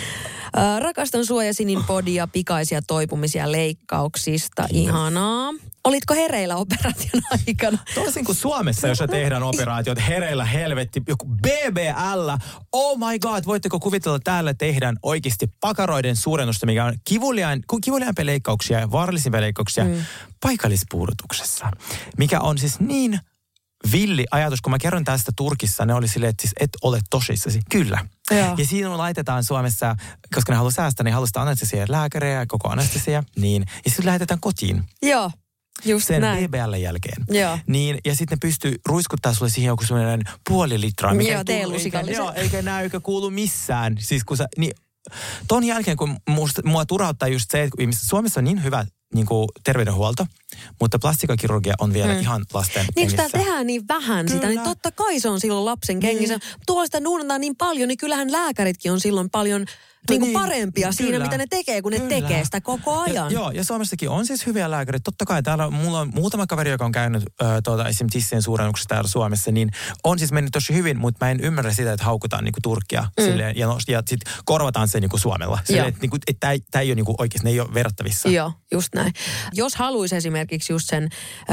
Speaker 4: Rakastan sua ja Sinin podia, pikaisia toipumisia leikkauksista. Kiitos. Ihanaa. Olitko hereillä operaation aikana?
Speaker 5: Toisin kuin Suomessa, jossa tehdään operaatiot hereillä helvetti, joku BBL. Oh my god, voitteko kuvitella, täällä tehdään oikeasti pakaroiden suurennusta, mikä on kivuliaimpia leikkauksia ja vaarallisimpia leikkauksia paikallispuudutuksessa. Mikä on siis niin villi ajatus, kun mä kerron tästä Turkissa, ne oli silleen, että siis et ole tosissasi. Kyllä. Ja siinä laitetaan Suomessa, koska ne haluaa säästää, niin haluaa anestesia lääkäriä ja koko anestesia, niin, ja sitten lähetetään kotiin.
Speaker 4: Joo. Just
Speaker 5: sen
Speaker 4: näin.
Speaker 5: BBL:n jälkeen.
Speaker 4: Joo.
Speaker 5: Niin, ja sitten ne pystyy ruiskuttaa sulle siihen joku semmoinen 0,5 litraa.
Speaker 4: Joo, teelusikallisen.
Speaker 5: Joo, eikä näy, eikä kuulu missään. Siis kun niin, ton jälkeen, kun mua turhauttaa just se, että Suomessa on niin hyvä niin kuin terveydenhuolto, mutta plastikakirurgia on vielä ihan lasten
Speaker 4: kengissä. Niin kun sitä tehdään niin vähän sitä, niin totta kai se on silloin lapsen kengissä. Tuolla sitä nuunataan niin paljon, niin kyllähän lääkäritkin on silloin paljon niin parempia siinä, mitä ne tekee, kun ne tekee sitä koko ajan.
Speaker 5: Ja Suomessakin on siis hyviä lääkärit. Totta kai täällä mulla on muutama kaveri, joka on käynyt esimerkiksi tissien suurennuksessa täällä Suomessa, niin on siis mennyt tosi hyvin, mutta mä en ymmärrä sitä, että haukutaan niinku Turkkia silleen, ja sitten korvataan se niinku Suomella. Silleen, että niinku, tämä ei ole niinku oikeasti, ne ei ole verrattavissa.
Speaker 4: Joo, just näin. Jos haluaisi esimerkiksi just sen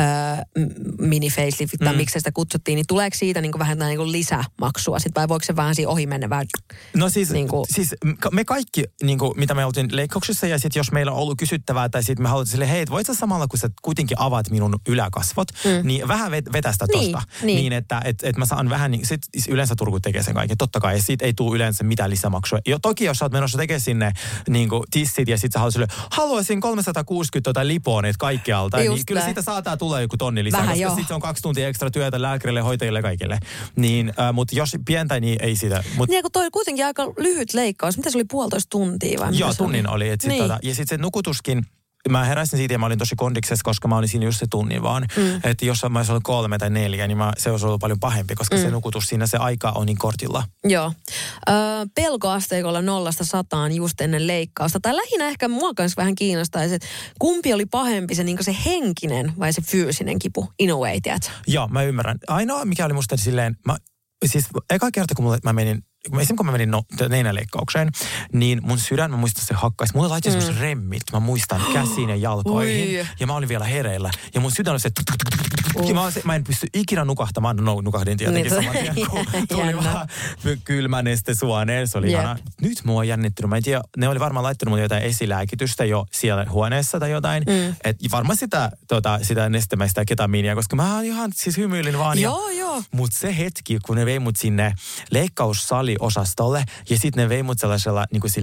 Speaker 4: mini-facelift, tai miksi sitä kutsuttiin, niin tuleeko siitä niinku vähän niinku lisämaksua sit, vai voiko se vähän siinä ohi mennä vähän?
Speaker 5: No siis me kaikki, niin kuin, mitä me oltiin leikkauksessa, ja sitten jos meillä on ollut kysyttävää, tai sitten me haluttiin silleen, hei, voit sä samalla, kun sä kuitenkin avaat minun yläkasvot, niin vähän vetästä tosta. Niin että mä saan vähän, niin sit yleensä Turku tekee sen kaiken, totta kai, ja siitä ei tule yleensä mitään lisämaksua. Toki jos sä oot menossa tekemään sinne niin kuin tissit, ja sit sä haluat silleen, haluaisin 360 liponeet kaikkialta, niin kyllä siitä saattaa tulla joku tonni lisää, vähän koska sitten on 2 tuntia ekstra työtä lääkärille, hoitajille, kaikille. Niin, mutta jos pientä, niin ei sitä.
Speaker 4: Niin, kun toi oli kuitenkin aika lyhyt leikkaus. Mitä se oli 1,5 tuntia vai?
Speaker 5: Joo, tunnin oli. Ja sitten se nukutuskin, mä heräsin siitä ja mä olin tosi kondiksessa, koska mä olin siinä just se tunnin vaan. Että jos mä olisin ollut 3 tai 4, niin se olisi ollut paljon pahempi, koska se nukutus siinä, se aika on niin kortilla.
Speaker 4: Joo. Pelkoasteikolla 0–100 just ennen leikkausta. Tai lähinnä ehkä mua kanssa vähän kiinnostaisi, että kumpi oli pahempi, se, niin se henkinen vai se fyysinen kipu? In a way, tiedätkö?
Speaker 5: Joo, mä ymmärrän. Ainoa, mikä oli musta silleen, siis eka kerta, kun mä menin esimerkiksi kun mä menin nenäleikkaukseen, niin mun sydän, mä muistan se hakkaisi. Mulle laittoi semmoiset remmit, mä muistan käsiin ja jalkoihin. Ja mä olin vielä hereillä. Ja mun sydän oli se ja mä en pysty ikinä nukahtamaan. No, nukahdin tietenkin saman tien, kun tuli vaan kylmä neste suoneen. Se oli ihana. Nyt mua on jännittynyt. Mä en tiedä, ne oli varmaan laittanut mun jotain esilääkitystä jo siellä huoneessa tai jotain. Että varmaan sitä nestemäistä ketamiinia, koska mä ihan siis hymyilin vaan.
Speaker 4: Joo.
Speaker 5: Mut se hetki, kun ne vei mut sinne leikkaussali osastolle ja sitten ne vei mut sellaisella niin kuin sillä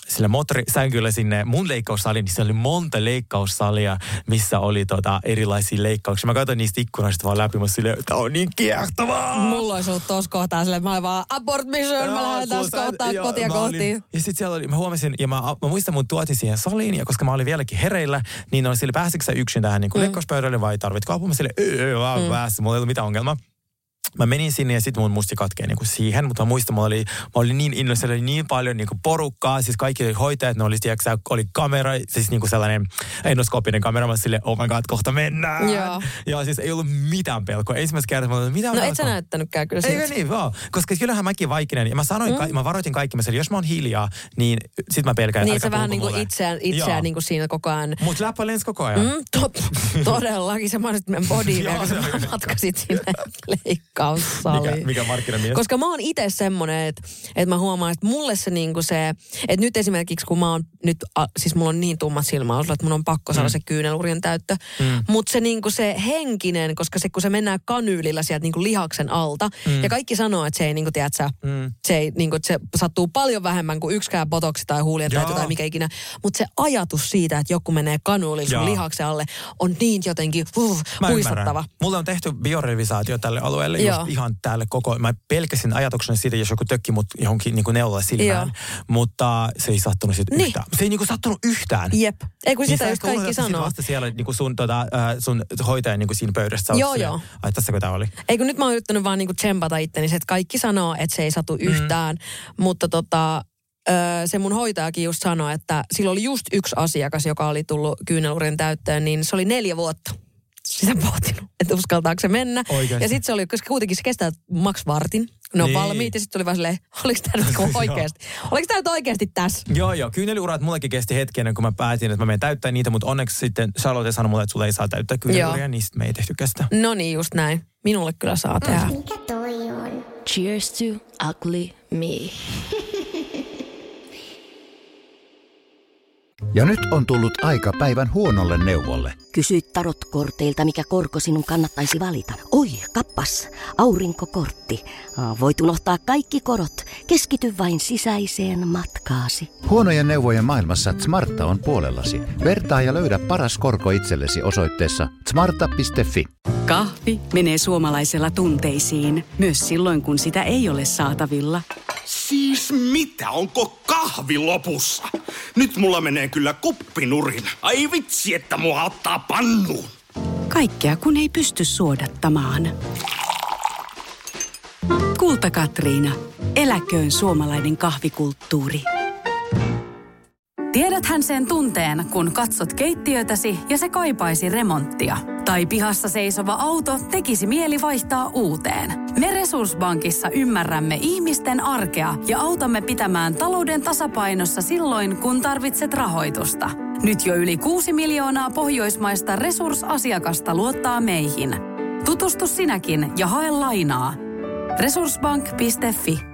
Speaker 5: sille moottorisänkyllä sinne mun leikkaussaliin, niin siellä oli monta leikkaussalia, missä oli erilaisia leikkauksia. Mä katsoin niistä ikkunoista vaan läpi, mä silleen, tää on niin kiehtovaa.
Speaker 4: Mulla olisi ollut tossa kohtaa silleen, mä olin vaan abort mission, mä lähden tässä kohtaa kotia kohtiin.
Speaker 5: Ja sit siellä oli, mä huomasin, ja mä muistan mun tuotin siihen saliin, ja koska mä olin vieläkin hereillä, niin oli sille, pääsitkö sä yksin tähän niin leikkauspöydälle vai tarvitko apua? Mä silleen, vaan päässä, mulla ei ollut mitään ongelmaa. Mä menin sinne ja sitten mun musti katkeen niinku siihen, mutta mä muistan, mä olin niin innoissa, oli niin paljon niinku porukkaa, siis kaikki hoitajat, ne oli, tiedätkö, oli kamera, siis niinku sellainen endoskooppinen kamera, mä silleen, oh my god, kohta mennään. Joo. Ja siis ei ollut mitään pelkoa. Ensimmäistä kertaa mä olin, mitään pelkoa.
Speaker 4: No et sä näyttänytkään kyllä siitä.
Speaker 5: Eikö niin, vaan. Koska kyllähän mäkin vaikinen, ja mä sanoin, mä varoitin kaikki, mä sanoin, jos mä oon hiljaa, niin sit mä pelkään.
Speaker 4: Niin se vähän niinku itseään niinku siinä koko ajan.
Speaker 5: Mut läppä lensi koko ajan.
Speaker 4: Todellakin, sä mainisit meidän bodyin, kun sä matkasit sinne
Speaker 5: mikä markkinamies?
Speaker 4: Koska mä oon itse semmonen, että mä huomaan, että mulle se niinku se, että nyt esimerkiksi kun mä oon nyt, siis mulla on niin tummat silmäosat, että mun on pakko saada se kyynelurien täyttö. Mutta se niinku se henkinen, koska se kun se mennään kanyylillä sieltä niinku lihaksen alta, ja kaikki sanoo, että se ei niinku, tiedätkö, se ei niinku, että se sattuu paljon vähemmän kuin yksikään botoksi tai huulien täyttö tai mikä ikinä. Mutta se ajatus siitä, että joku menee kanyylillä sun lihaksen alle, on niin jotenkin puistattava.
Speaker 5: Mulla on tehty biorevisaatio tälle alueelle, just ihan täällä mä pelkäsin ajatuksena siitä, jos joku tökki mut johonkin niin neulalle silmään, mutta se ei sattunut sitten yhtään. Se ei sattunut yhtään.
Speaker 4: Jep. Ei kun
Speaker 5: niin
Speaker 4: sitä just kaikki sanoo.
Speaker 5: Vasta siellä niin sun hoitajan niin siinä pöydässä.
Speaker 4: Joo.
Speaker 5: Ai tässäkö tää oli?
Speaker 4: Ei kun nyt mä oon yrittänyt vaan niin tsempata itteni, että kaikki sanoo, että se ei satu yhtään, mutta se mun hoitajakin just sanoi, että sillä oli just yksi asiakas, joka oli tullut kyynelurien täyttöön, niin se oli 4 vuotta sitä pohtinut, että uskaltaako se mennä. Oikeasti. Ja sitten se oli, koska kuitenkin se kestää maks vartin. Ne on valmiit ja sitten tuli vaan silleen, oliko tämä nyt oikeasti? Oliko tämä nyt oikeasti tässä?
Speaker 5: Joo. Kyyneliurat mullekin kesti hetken, kun mä päätin, että mä menen täyttää niitä, mutta onneksi sitten Charlotte sanoi mulle, että sulle ei saa täyttää kyyneliuria, niin sitten me ei tehty kestä.
Speaker 4: No niin, just näin. Minulle kyllä saa tehdä.
Speaker 12: Mikä toi on?
Speaker 2: Cheers to ugly me.
Speaker 1: Ja nyt on tullut aika päivän huonolle neuvolle.
Speaker 2: Kysy tarotkorteilta, mikä korko sinun kannattaisi valita. Oi, kappas, aurinkokortti. Voit unohtaa kaikki korot. Keskity vain sisäiseen matkaasi.
Speaker 1: Huonojen neuvojen maailmassa Smarta on puolellasi. Vertaa ja löydä paras korko itsellesi osoitteessa smarta.fi.
Speaker 7: Kahvi menee suomalaisella tunteisiin, myös silloin kun sitä ei ole saatavilla.
Speaker 8: Siis mitä? Onko kahvi lopussa? Nyt mulla menee kyllä kuppinurin. Ai vitsi, että mua ottaa pannuun.
Speaker 7: Kaikkea kun ei pysty suodattamaan. Kulta Katriina. Eläköön suomalainen kahvikulttuuri. Tiedäthän sen tunteen, kun katsot keittiötäsi ja se kaipaisi remonttia. Tai pihassa seisova auto tekisi mieli vaihtaa uuteen. Me Resurssbankissa ymmärrämme ihmisten arkea ja autamme pitämään talouden tasapainossa silloin, kun tarvitset rahoitusta. Nyt jo yli 6 miljoonaa pohjoismaista resursasiakasta luottaa meihin. Tutustu sinäkin ja hae lainaa. Resurssbank.fi.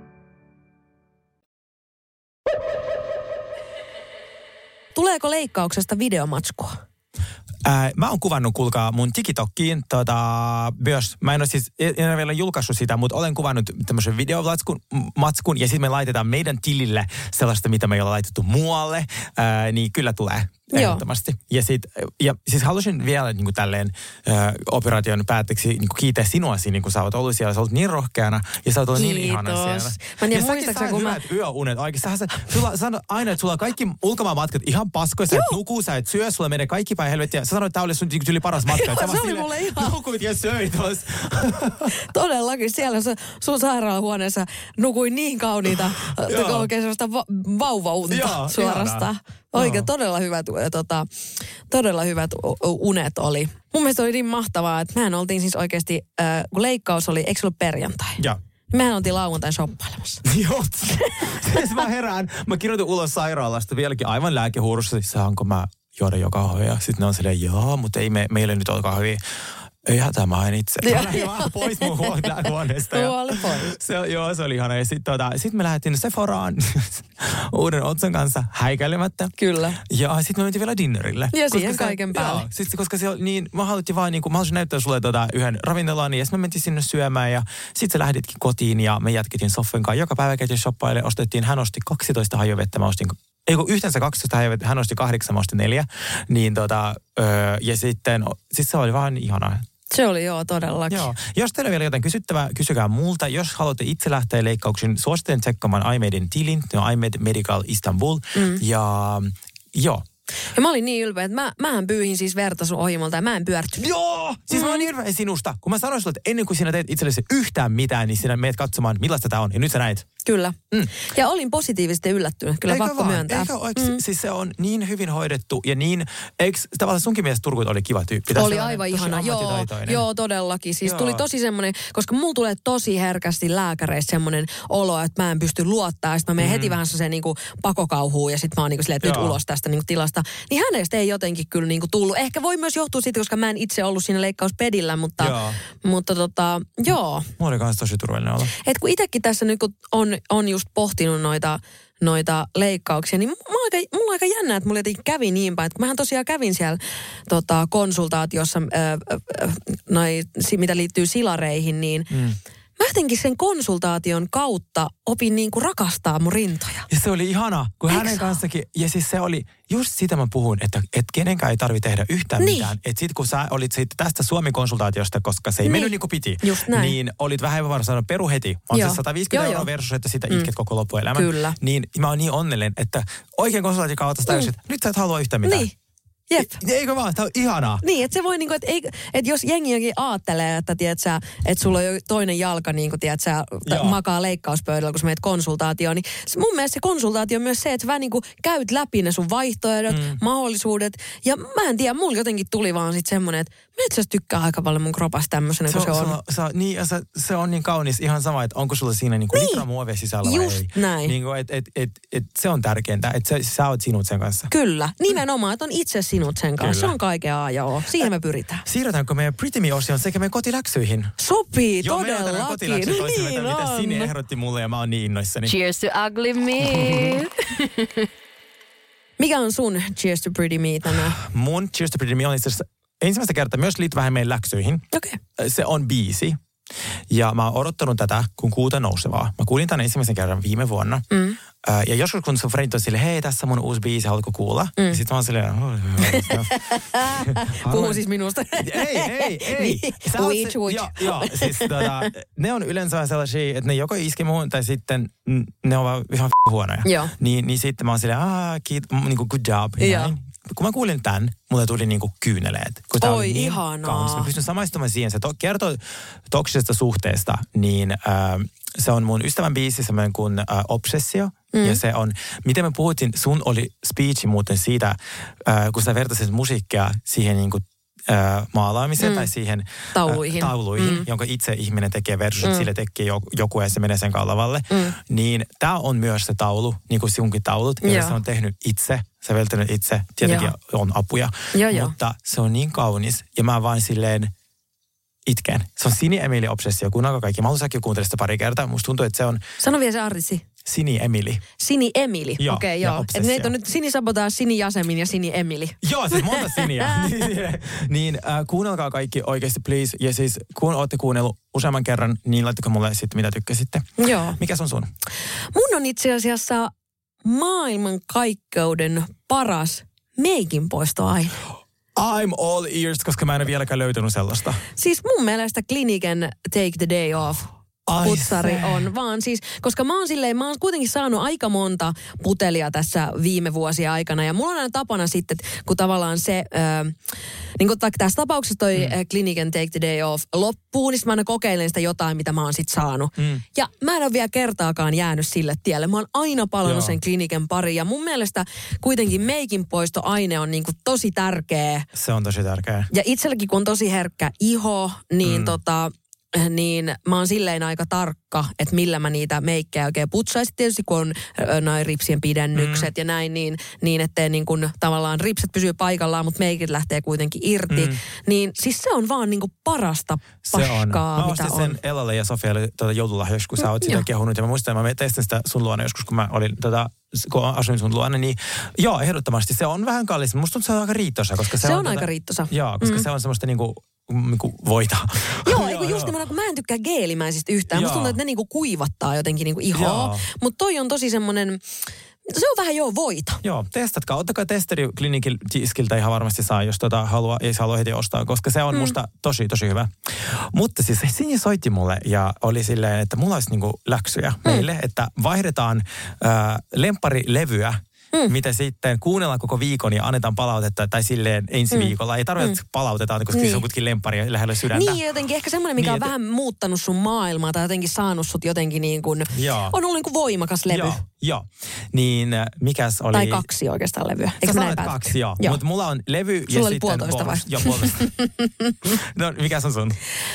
Speaker 4: Tuleeko leikkauksesta videomatskua?
Speaker 5: Mä oon kuvannut, kuulkaa, mun TikTokiin myös. Mä en ole vielä julkaissut sitä, mutta olen kuvannut tämmöisen videomatskun ja sitten me laitetaan meidän tilille sellaista, mitä me ei ole laitettu muualle. Niin kyllä tulee. Ehdottomasti. Ja siis halusin vielä niin kuin tälleen operaation päätteeksi niin kuin kiittää sinua siinä, kun sä oot ollut siellä. Sä oot niin rohkeana ja sä oot ollut niin ihana siellä.
Speaker 4: Mä en tiedä, muistaakseni kun
Speaker 5: hyvät yöunet oikein. Sä sanot aina, että sulla on kaikki ulkomaanmatkat ihan paskoja. Sä et nuku, sä et syö, sulla menee kaikki päin helvettiä. Sä sanoit, että tää oli sun yli paras matka.
Speaker 4: Joo, se oli mulle ihan.
Speaker 5: Nukuit ja söit.
Speaker 4: Todellakin siellä sun sairaalahuoneessa nukuin niin kauniita, oikein sellaista vauvaunta suorastaan. Oikein todella hyvät unet oli. Mun mielestä oli niin mahtavaa, että mehän oltiin siis oikeasti, kun leikkaus oli, eikö se ollut perjantai?
Speaker 5: Joo.
Speaker 4: Mehän oltiin lauantain shoppailemassa.
Speaker 5: Joo. Mä herään. Mä kirjoitin ulos sairaalasta vieläkin aivan lääkehuurussa. Saanko mä juoda jo kahvia? Sitten ne on silleen, joo, mutta ei meille nyt ole kahvia. Ei hätä mainitse. Mä lähdin vaan pois mun huoneesta. Se oli ihana. Ja sitten me lähdettiin Sephoraan uuden otsan kanssa häikäilemättä.
Speaker 4: Kyllä.
Speaker 5: Ja sitten me mentiin vielä dinnerille.
Speaker 4: Ja siihen kaiken päälle.
Speaker 5: Koska se oli niin, mä haluttiin vaan mä halusin näyttää sulle yhden ravintolan. Ja sitten me mentiin sinne syömään ja sitten sä lähditkin kotiin ja me jatkettiin Soffen kanssa. Joka päivä käytiin shoppailemaan, hän osti 12 hajuvettä, mä ostin yhteensä 12 hän osti 8, mä ostin 4. Niin ja sitten, siis se oli vaan ihanaa.
Speaker 4: Se oli todellakin.
Speaker 5: Joo. Jos teillä on vielä jotain kysyttävää, kysykää multa. Jos haluatte itse lähteä leikkauksiin, suosittelen tsekkaamaan iMaden tilin. Ne on iMed Medical Istanbul. Ja joo.
Speaker 4: Ja mä olin niin ylpeä, että mähän pyyhin siis verta sun ohjelmalta ja mä en pyörtynyt.
Speaker 5: Joo! Siis mä olin niin ylpeä sinusta. Kun mä sanoin sulle, että ennen kuin sinä teet itsellesi yhtään mitään, niin sinä meet katsomaan, millaista tää on. Ja nyt sä näet.
Speaker 4: Kyllä. Ja olin positiivisesti yllättynyt. Kyllä
Speaker 5: eikä
Speaker 4: pakko
Speaker 5: vaan,
Speaker 4: myöntää.
Speaker 5: Siis se on niin hyvin hoidettu ja niin, eikö tavallaan sunkin mielestä Turku oli kiva tyyppi?
Speaker 4: Oli aivan ihana. Joo, todellakin. Siis tuli tosi semmoinen, koska mulla tulee tosi herkästi lääkäreissä semmoinen olo, että mä en pysty luottaa. Sitten mä menen heti vähän se niinku pakokauhuun ja sitten mä oon niinku silleen, että nyt ulos tästä niinku tilasta. Niin hänestä ei jotenkin kyllä niinku tullut. Ehkä voi myös johtua siitä, koska mä en itse ollut siinä leikkauspedillä, mutta joo.
Speaker 5: Mulla oli kanssa tosi turvallinen olla.
Speaker 4: Et kun itsekin tässä nyt kun on just pohtinut noita leikkauksia, niin mulla on aika jännä, että mulla jotenkin kävi niin päin. Että mähän tosiaan kävin siellä konsultaatiossa, mitä liittyy silareihin, niin mä jotenkin sen konsultaation kautta opin niinku rakastaa mun rintoja.
Speaker 5: Ja se oli ihana, kun hänen kanssakin, ja siis se oli, just sitä mä puhun, että kenenkään ei tarvitse tehdä yhtään mitään. Että sit kun sä olit tästä Suomi-konsultaatiosta, koska se ei mennyt niin kuin piti, niin olit vähän epävarmaan peru heti. Mä oon se 150 € versus, että sitä itket koko loppuelämän.
Speaker 4: Kyllä.
Speaker 5: Niin mä oon niin onnellinen, että oikein konsultaation kautta täysin, että nyt sä et halua yhtään mitään.
Speaker 4: Niin. Jep.
Speaker 5: Eikö vaan? Tämä on ihanaa.
Speaker 4: Niin, että se voi niinku, että jos jengiäkin aattelee, että tiedätkö, että sulla on jo toinen jalka niinku, tiedätkö, makaa leikkauspöydällä, kun sä meet konsultaatioon, niin mun mielestä se konsultaatio on myös se, että sä vähän niinku käyt läpi ne sun vaihtoehdot, mahdollisuudet. Ja mä en tiedä, mulla jotenkin tuli vaan sit semmoinen, että mä itse asiassa tykkään aika paljon mun kropasta tämmöisenä kuin se on.
Speaker 5: Se on niin kaunis, ihan sama, että onko sulla siinä niinku litra muovia sisällä vai
Speaker 4: just
Speaker 5: ei.
Speaker 4: Näin.
Speaker 5: Niinku, se on tärkeintä, että sä oot sinut sen kanssa.
Speaker 4: Kyllä, nimenomaan, että on itse sinut sen kanssa. Kyllä. Se on kaiken A ja O. Siihen me pyritään.
Speaker 5: Siirrytäänkö meidän Pretty Me-osioon sekä meidän kotiläksyihin?
Speaker 4: Sopii,
Speaker 5: joo,
Speaker 4: todellakin.
Speaker 5: Joo, kotiläksyt toisille, mitä Sini ehdotti mulle ja mä oon niin innoissani.
Speaker 4: Cheers to ugly me. Mikä on sun Cheers to Pretty Me tänään?
Speaker 5: Mun Cheers to Pretty Me on itse asiassa ensimmäistä kertaa myös liittyy vähän meidän läksyihin.
Speaker 4: Okei.
Speaker 5: Se on biisi. Ja mä oon odottanut tätä kuin kuuta nousevaa. Mä kuulin tämän ensimmäisen kerran viime vuonna. Ja joskus kun sun friend on silleen, hei tässä on mun uusi biisi, haluatko kuulla? Ja sit mä oon silleen,
Speaker 4: puhuu siis minusta.
Speaker 5: Ei. Joo, siis ne on yleensä sellaisia, että ne joko iski muun tai sitten ne on vaan ihan huonoja. Niin sitten mä oon silleen, niinku good job. Kun mä kuulin tämän, mulle tuli niinku kyyneleet.
Speaker 4: Oi, niin ihanaa.
Speaker 5: Kaunis. Mä pystyn samaistumaan siihen. Se kertoo toksisesta suhteesta, niin se on mun ystävän biisi semmoinen kuin Obsessio. Ja se on, miten me puhuttiin, sun oli speechi muuten siitä, kun sä vertaisit musiikkia siihen niinku maalaamiseen tai siihen tauluihin jonka itse ihminen tekee versus, että sille tekee joku ja se menee sen kalavalle. Niin tää on myös se taulu, niin kuin sinunkin taulut, ja se on tehnyt itse, se välttänyt itse, tietenkin on apuja. Mutta se on niin kaunis, ja mä vaan silleen itken. Se on Sini Emili Obsessio, kuunnelkaa kaikki. Mä haluaisin kuuntella sitä pari kertaa. Musta tuntuu, että se on...
Speaker 4: Sano vielä se artisti.
Speaker 5: Sini Emili.
Speaker 4: Sini Emili, okei, joo. Että meitä on nyt Sini Sabotage, Sini Jasemin ja Sini Emili.
Speaker 5: Joo, siis monta Siniä. niin kuunnelkaa kaikki oikeasti, please. Ja siis kun olette kuunnellut useamman kerran, niin laittakaa mulle sitten, mitä tykkäsitte.
Speaker 4: Joo.
Speaker 5: Mikä on sun?
Speaker 4: Mun on itse asiassa maailmankaikkeuden paras meikinpoistoaine.
Speaker 5: I'm all ears, koska mä en ole vieläkään löytänyt sellaista.
Speaker 4: Siis mun mielestä Cliniquen Take the Day Off putsari on vaan siis, koska mä oon kuitenkin saanut aika monta putelia tässä viime vuosien aikana ja mulla on aina tapana sitten, kun tavallaan se, niin kuin tässä tapauksessa toi Cliniquen Take the Day Off loppuu, niin mä aina kokeilen sitä jotain, mitä mä oon sitten saanut. Ja mä en ole vielä kertaakaan jäänyt sille tielle. Mä oon aina palannut sen Cliniquen pariin ja mun mielestä kuitenkin meikinpoistoaine on niin kuin tosi tärkeä.
Speaker 5: Se on tosi tärkeä.
Speaker 4: Ja itselläkin kun on tosi herkkä iho, niin niin mä oon silleen aika tarkka, että millä mä niitä meikkejä oikein putsaisin. Tietysti kun on noin ripsien pidennykset ja näin, niin ettei niin kun tavallaan ripset pysyy paikallaan, mutta meikit lähtee kuitenkin irti. Niin siis se on vaan niin kuin parasta paskaa,
Speaker 5: mä ostin sen Ellalle ja Sofialle joululahjaksi, kun sä oot sitä kehunut. Ja mä muistan, että mä testin sitä sun luona joskus, kun mä olin kun asuin sun luona, niin joo, ehdottomasti se on vähän kallis. Musta tuntuu, se on aika riittosa, koska se on aika
Speaker 4: riittosa.
Speaker 5: Joo, koska se on semmoista niinku voita.
Speaker 4: Joo, eikö just nimenomaan, kun mä en tykkää geelimäisistä yhtään. Musta tuntuu, että ne niinku kuivattaa jotenkin niinku ihoa. Mutta toi on tosi semmoinen Se on vähän voita.
Speaker 5: Joo, testatkaa. Ottakaa testeri Clinicin tiskiltä ihan varmasti saa, jos ei halua heti ostaa, koska se on musta tosi, tosi hyvä. Mutta siis Sinji soitti mulle ja oli silleen, että mulla olisi niinku läksyjä meille, että vaihdetaan lempparilevyä, mitä sitten kuunnellaan koko viikon ja annetaan palautetta tai silleen ensi viikolla. Ei tarvitse, että palautetaan, koska se on kuitenkin lemppari lähellä sydäntä.
Speaker 4: Niin, jotenkin ehkä semmoinen, mikä on vähän muuttanut sun maailmaa tai jotenkin saanut sut jotenkin niin kuin, on ollut niin kuin voimakas levy.
Speaker 5: Joo. Niin mikäs oli...
Speaker 4: Tai 2 oikeastaan levyä.
Speaker 5: Sä sanoit 2, joo. Mutta mulla on levy
Speaker 4: sulla
Speaker 5: ja
Speaker 4: oli
Speaker 5: sitten...
Speaker 4: Sulla vai?
Speaker 5: Joo, 1,5. No, mikäs on sun?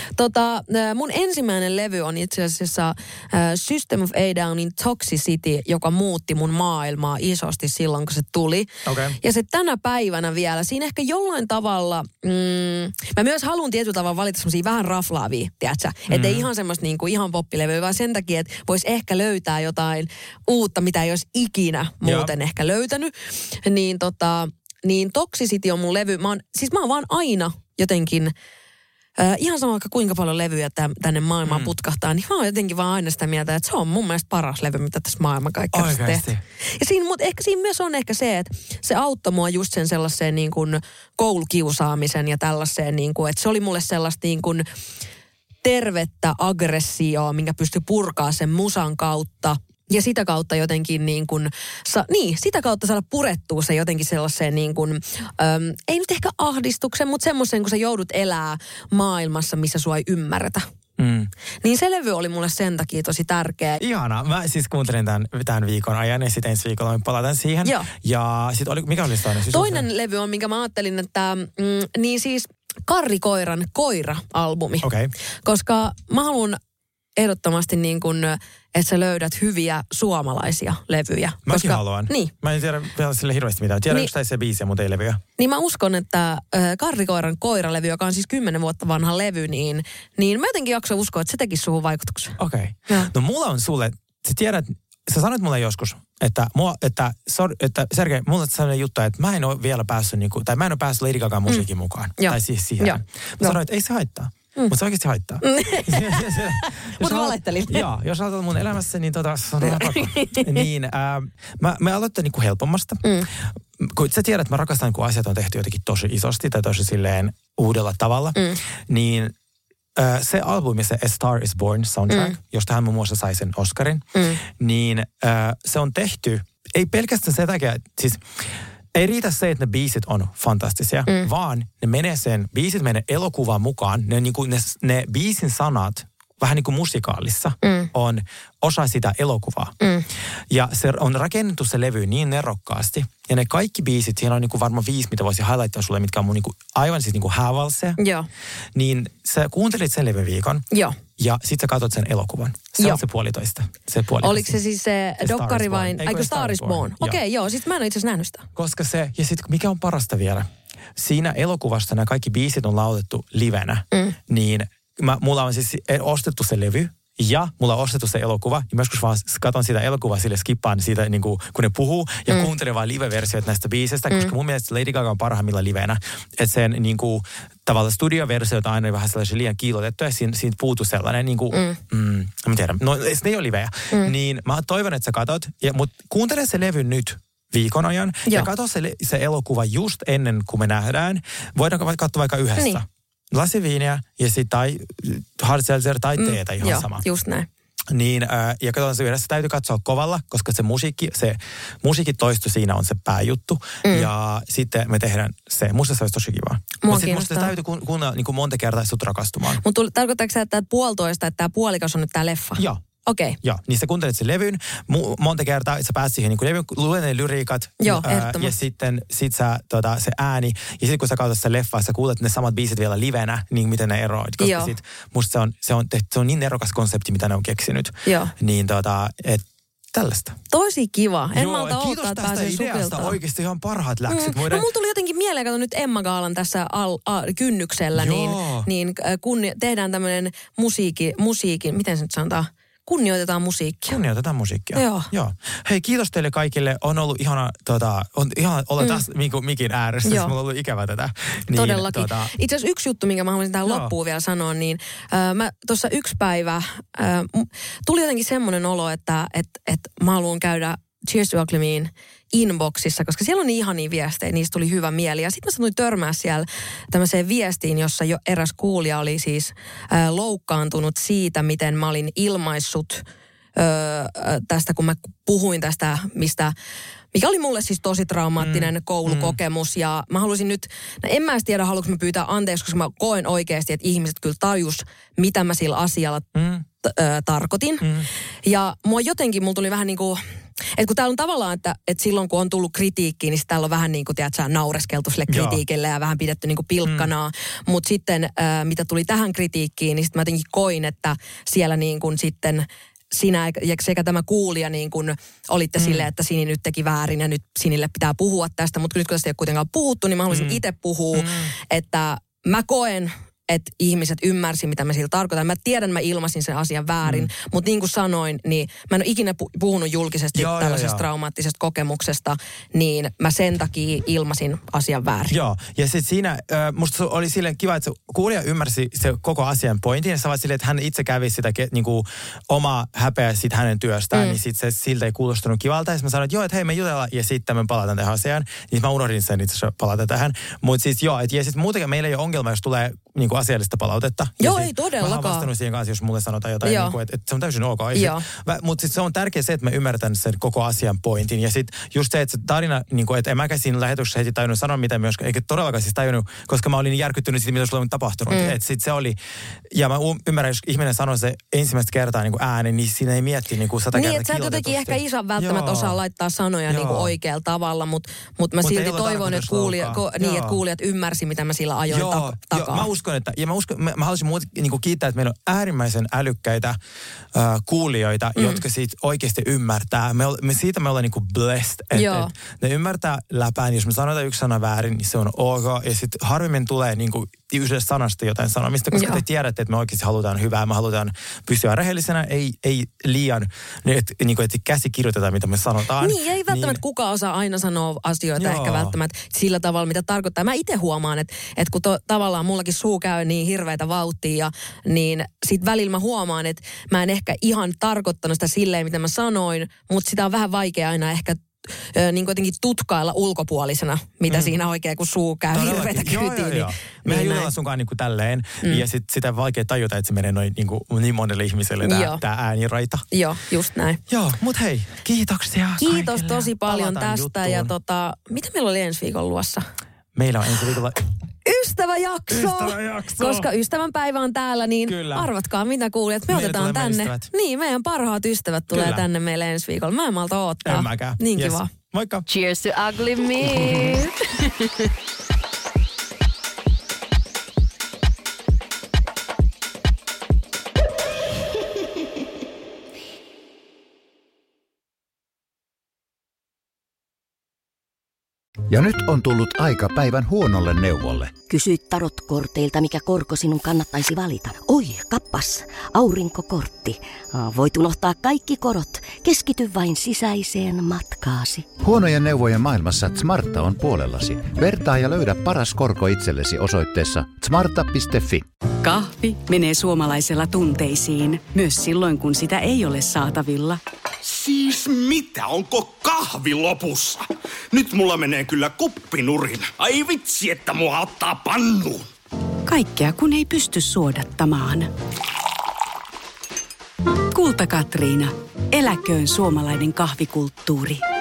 Speaker 4: Mun ensimmäinen levy on itse asiassa System of a Downin Toxicity, joka muutti mun maailmaa isosti silloin, kun se tuli.
Speaker 5: Okay.
Speaker 4: Ja se tänä päivänä vielä, siinä ehkä jollain tavalla, mä myös haluan tietyllä tavalla valita semmosia vähän raflaavia, tiedätkö? Että ei ihan semmoista niinku ihan poppilevyä, vaan sen takia, että vois ehkä löytää jotain uutta, mitä ei olisi ikinä muuten ehkä löytänyt. Niin Toxicity on mun levy. Mä oon vaan aina jotenkin... ihan sama vaikka kuinka paljon levyjä tänne maailmaan putkahtaa, niin mä oon jotenkin vaan aina sitä mieltä, että se on mun mielestä paras levy, mitä tässä maailmankaikkeudessa tehty. Ja mutta ehkä siinä myös on ehkä se, että se auttoi mua just sen sellaiseen niin kuin koulukiusaamisen ja tällaiseen, niin kuin, että se oli mulle sellaista niin kuin tervettä aggressioa, minkä pystyi purkaa sen musan kautta. Ja sitä kautta jotenkin niin kuin, sitä kautta saada purettua se jotenkin sellaiseen niin kuin, ei nyt ehkä ahdistuksen, mutta semmoiseen, kun sä joudut elää maailmassa, missä sua ei ymmärretä. Niin se levy oli mulle sen takia tosi tärkeä.
Speaker 5: Ihana. Mä siis kuuntelin tämän viikon ajan ja sitten ensi viikolla me palataan siihen.
Speaker 4: Joo.
Speaker 5: Ja sitten mikä oli toinen? Siis
Speaker 4: toinen levy on, minkä mä ajattelin, että niin siis Karri Koiran Koira-albumi.
Speaker 5: Okay.
Speaker 4: Koska mä haluan ehdottomasti niin kuin, että sä löydät hyviä suomalaisia levyjä.
Speaker 5: Mäkin haluan.
Speaker 4: Niin.
Speaker 5: Mä en tiedä vielä sille hirveästi mitään. Tiedän yksittäisiä biisiä, mutta ei levyjä.
Speaker 4: Niin mä uskon, että Karri Koiran Koira-levy, joka on siis 10 vuotta vanha levy, niin mä jotenkin jaksoin uskoa, että se teki suhun vaikutuksen.
Speaker 5: Okei. No mulla on sulle, sä tiedät, sä sanoit mulle joskus, että Sergei, mulla on sellainen juttu, että mä en ole vielä päässyt, tai mä en ole päässyt Lady Gagan musiikin mukaan. Tai siis siihen. Mä sanoin, että ei se haittaa. Mutta se oikeasti haittaa.
Speaker 4: Mutta valettelin.
Speaker 5: Joo, jos aloitat mun elämässä, niin sanon pakko. Niin, mä aloitan niinku helpommasta. Kun sä tiedät, että mä rakastan, kun asiat on tehty jotenkin tosi isosti tai tosi silleen uudella tavalla, niin se albumi, se A Star is Born soundtrack, josta hän muun muassa sai sen Oscarin, niin se on tehty, ei pelkästään se takia, siis ei riitä se, että ne biisit on fantastisia, vaan biisit menee elokuvan mukaan. Ne biisin sanat, vähän niin kuin musikaalissa, on osa sitä elokuvaa. Ja se on rakennettu se levy niin nerokkaasti. Ja ne kaikki biisit, siinä on niin kuin varmaan 5, mitä voisi highlighttaa sulle, mitkä on mun niin kuin, aivan siis niin kuin häävalseja.
Speaker 4: Joo.
Speaker 5: Niin sä kuuntelit sen levyviikon.
Speaker 4: Joo.
Speaker 5: Ja sit sä katsot sen elokuvan. Se on se puolitoista.
Speaker 4: Oliko se siis se dokkari vai? Eikö Star is Born? Okei, joo. Siis mä en ole itse asiassa nähnyt sitä.
Speaker 5: Koska se, ja sit mikä on parasta vielä, siinä elokuvasta nämä kaikki biisit on laulettu livenä, niin mulla on siis ostettu se levy, ja mulla on ostettu se elokuva, ja mä joskus vaan katon sitä elokuvaa, sille skippaan siitä, niin kuin, kun ne puhuu, ja kuuntelen vaan live-versioita näistä biiseistä, koska mun mielestä Lady Gaga on parhaimmillaan livenä. Että sen niin kuin, tavallaan studioversioita aina vähän sellaisia liian kiilotettuja, ja siitä puuttuu sellainen, niin kuin, en tiedä, no ne ei ole livejä. Niin mä toivon, että sä katot, mutta kuuntele se levy nyt viikon ajan, ja katso se elokuva just ennen kuin me nähdään. Voidaanko katsoa vaikka yhdessä? Niin. Lasiviiniä ja sitten tai hard seltzer tai teetä ihan sama.
Speaker 4: Just näin.
Speaker 5: Niin, ja katsotaan se yhdessä. Täytyy katsoa kovalla, koska se musiikin toisto siinä on se pääjuttu. Ja sitten me tehdään se. Musta se olisi tosi kivaa. Mutta sitten musta täytyy kuunnella niin monta kertaa sut rakastumaan.
Speaker 4: Mutta tarkoittaako se, että 1,5, että tämä puolikas on nyt tämä leffa?
Speaker 5: Joo.
Speaker 4: Okei.
Speaker 5: Joo, niin sä kuuntelet sen levyn monta kertaa, että sä pääset siihen niin levyn, luen ne lyriikat.
Speaker 4: Joo,
Speaker 5: ja sitten sä, se ääni, ja sitten kun sä katsot sen leffaa, sä kuulet ne samat biisit vielä livenä, niin miten ne eroit. Koska sit musta se on niin nerokas konsepti, mitä ne on keksinyt.
Speaker 4: Joo.
Speaker 5: Niin tällaista.
Speaker 4: Tosi kiva. En malta odottaa, että pääsen
Speaker 5: sukiltaan. Kiitos tästä ideasta. Oikeasti ihan parhaat läksyt.
Speaker 4: No mulla tuli jotenkin mieleen, kato nyt Emma Gaalan tässä kynnyksellä, niin tehdään tämmöinen musiikin, miten se nyt sanotaan? Kunnioitetaan musiikkia.
Speaker 5: Kunnioitetaan musiikkia. Joo. Hei, kiitos teille kaikille. On ollut ihana, olla taas mikin ääressä. Mulla on ollut ikävä tätä. Niin,
Speaker 4: todellakin. Itse asiassa yksi juttu, minkä mä haluaisin tähän loppuun vielä sanoa, niin mä tuossa yksi päivä tuli jotenkin semmoinen olo, että mä haluan käydä Cheers to Ugly Mein inboxissa, koska siellä on niin ihania viestejä, niistä tuli hyvä mieli. Ja sitten mä sanoin törmää siellä tämmöiseen viestiin, jossa jo eräs kuulija oli siis loukkaantunut siitä, miten mä olin ilmaissut tästä, kun mä puhuin tästä, mikä oli mulle siis tosi traumaattinen koulukokemus. Ja mä halusin nyt, en mä edes tiedä, haluanko mä pyytää anteeksi, koska mä koen oikeasti, että ihmiset kyllä tajus, mitä mä sillä asialla tarkoitin. Ja mulla tuli vähän niin kuin, että kun täällä on tavallaan, että silloin kun on tullut kritiikkiä, niin täällä on vähän niin kuin, tiedätkö, naureskeltu sille kritiikille ja vähän pidetty niin kuin pilkkanaa. Mutta sitten, mitä tuli tähän kritiikkiin, niin sitten mä jotenkin koin, että siellä niin kuin sitten sinä sekä tämä kuulija niin kuin olitte silleen, että Sini nyt teki väärin ja nyt Sinille pitää puhua tästä. Mutta nyt kun tästä ei ole kuitenkaan puhuttu, niin mä haluaisin itse puhua, että mä koen, että ihmiset ymmärsi, mitä mä sillä tarkoitan. Mä tiedän, mä ilmasin sen asian väärin, mutta niin kuin sanoin, niin mä en ole ikinä puhunut julkisesti tällaisesta traumaattisesta kokemuksesta, niin mä sen takia ilmasin asian väärin.
Speaker 5: Joo, ja sitten siinä musta oli silleen kiva, että se kuulija ymmärsi se koko asian pointin, ja sä vaan silleen, että hän itse kävi sitä niinku omaa häpeä sit hänen työstään, niin sitten se siltä ei kuulostanut kivalta, ja sitten mä sanoin, että joo, että hei, me jutellaan, ja sitten me palataan tähän asiaan. Niin mä unohdin sen itse asiassa palata tähän. Mutta siis joo, ja sitten muutenkin meillä ei ole ongelma, jos tulee niinku asiallista palautetta.
Speaker 4: Joo, ei todellakaan.
Speaker 5: Mä oon vastannut siihen kanssa, jos mulle sanotaan jotain, niinku, että se on täysin ok. Mutta sitten se on tärkeää se, että mä ymmärrän sen koko asian pointin. Ja sitten just se, että se tarina, niinku, että en mäkään siinä lähetyksessä heti tajunnut sanoa mitään myöskään, eikä todellakaan siis tajunnut, koska mä olin järkyttynyt siitä, mitä sulla on tapahtunut. Että sitten se oli, ja mä ymmärrän, jos ihminen sanoo se ensimmäistä kertaa niinku ääni, niin siinä ei mietti niinku 100 kertaa
Speaker 4: kiltetusti. Niin, että sä jotenkin ehkä isä välttämättä osaa laittaa sanoja niinku oikealla tavalla, mutta mä silti toivon, että kuulijat ymmärsi, mitä mä sillä ajoin takaa.
Speaker 5: Mä uskon, että, ja mä haluaisin niin kiittää, että meillä on äärimmäisen älykkäitä kuulijoita, jotka siitä oikeasti ymmärtää. Me ollaan niin kuin blessed, että ne ymmärtää läpään. Jos me sanotaan yksi sana väärin, niin se on ok. Ja sitten harvemmin tulee niin kuin yhdessä sanasta jotain sanomista, koska te tiedätte, että me oikeasti halutaan hyvää. Me halutaan pysyä rehellisenä, ei liian, että käsi kirjoitetaan, mitä me sanotaan.
Speaker 4: Niin, ei välttämättä kukaan osaa aina sanoa asioita ehkä välttämättä sillä tavalla, mitä tarkoittaa. Mä itse huomaan, että kun tavallaan mullakin suu käy niin hirveätä vauhtia, niin sit välillä mä huomaan, että mä en ehkä ihan tarkoittanut sitä silleen, mitä mä sanoin, mutta sitä on vähän vaikea aina ehkä niin kuitenkin tutkailla ulkopuolisena, mitä siinä oikein, kun suu käy hirveätä kyytiin. Joo.
Speaker 5: Mehän jutellaan sunkaan niin kuin tälleen, ja sitä on vaikea tajuta, että se menee niin monelle ihmiselle tämä ääniraita.
Speaker 4: Joo, just näin.
Speaker 5: Joo, mutta hei, kiitoksia.
Speaker 4: Kiitos tosi paljon tästä, ja mitä meillä oli ensi viikon luossa?
Speaker 5: Meillä on ensi viikolla
Speaker 4: Ystäväjakso! Koska ystävänpäivä on täällä, niin arvatkaa mitä kuulijat. Me otetaan tänne. Niin, meidän parhaat ystävät tulee tänne meille ensi viikolla. Mä en malta odottaa.
Speaker 5: En mäkään.
Speaker 4: Niin kiva.
Speaker 5: Moikka.
Speaker 7: Cheers to Ugly Mein.
Speaker 1: Ja nyt on tullut aika päivän huonolle neuvolle.
Speaker 2: Kysy tarotkorteilta, mikä korko sinun kannattaisi valita. Oi, kappas, aurinkokortti. Voit unohtaa kaikki korot. Keskity vain sisäiseen matkaasi.
Speaker 1: Huonojen neuvojen maailmassa Smarta on puolellasi. Vertaa ja löydä paras korko itsellesi osoitteessa smarta.fi.
Speaker 13: Kahvi menee suomalaisella tunteisiin, myös silloin kun sitä ei ole saatavilla.
Speaker 8: Siis mitä? Onko kahvi lopussa? Nyt mulla menee kyllä kuppinurin. Ai vitsi, että mua ottaa pannuun.
Speaker 13: Kaikkea kun ei pysty suodattamaan. Kulta Katriina. Eläköön suomalainen kahvikulttuuri.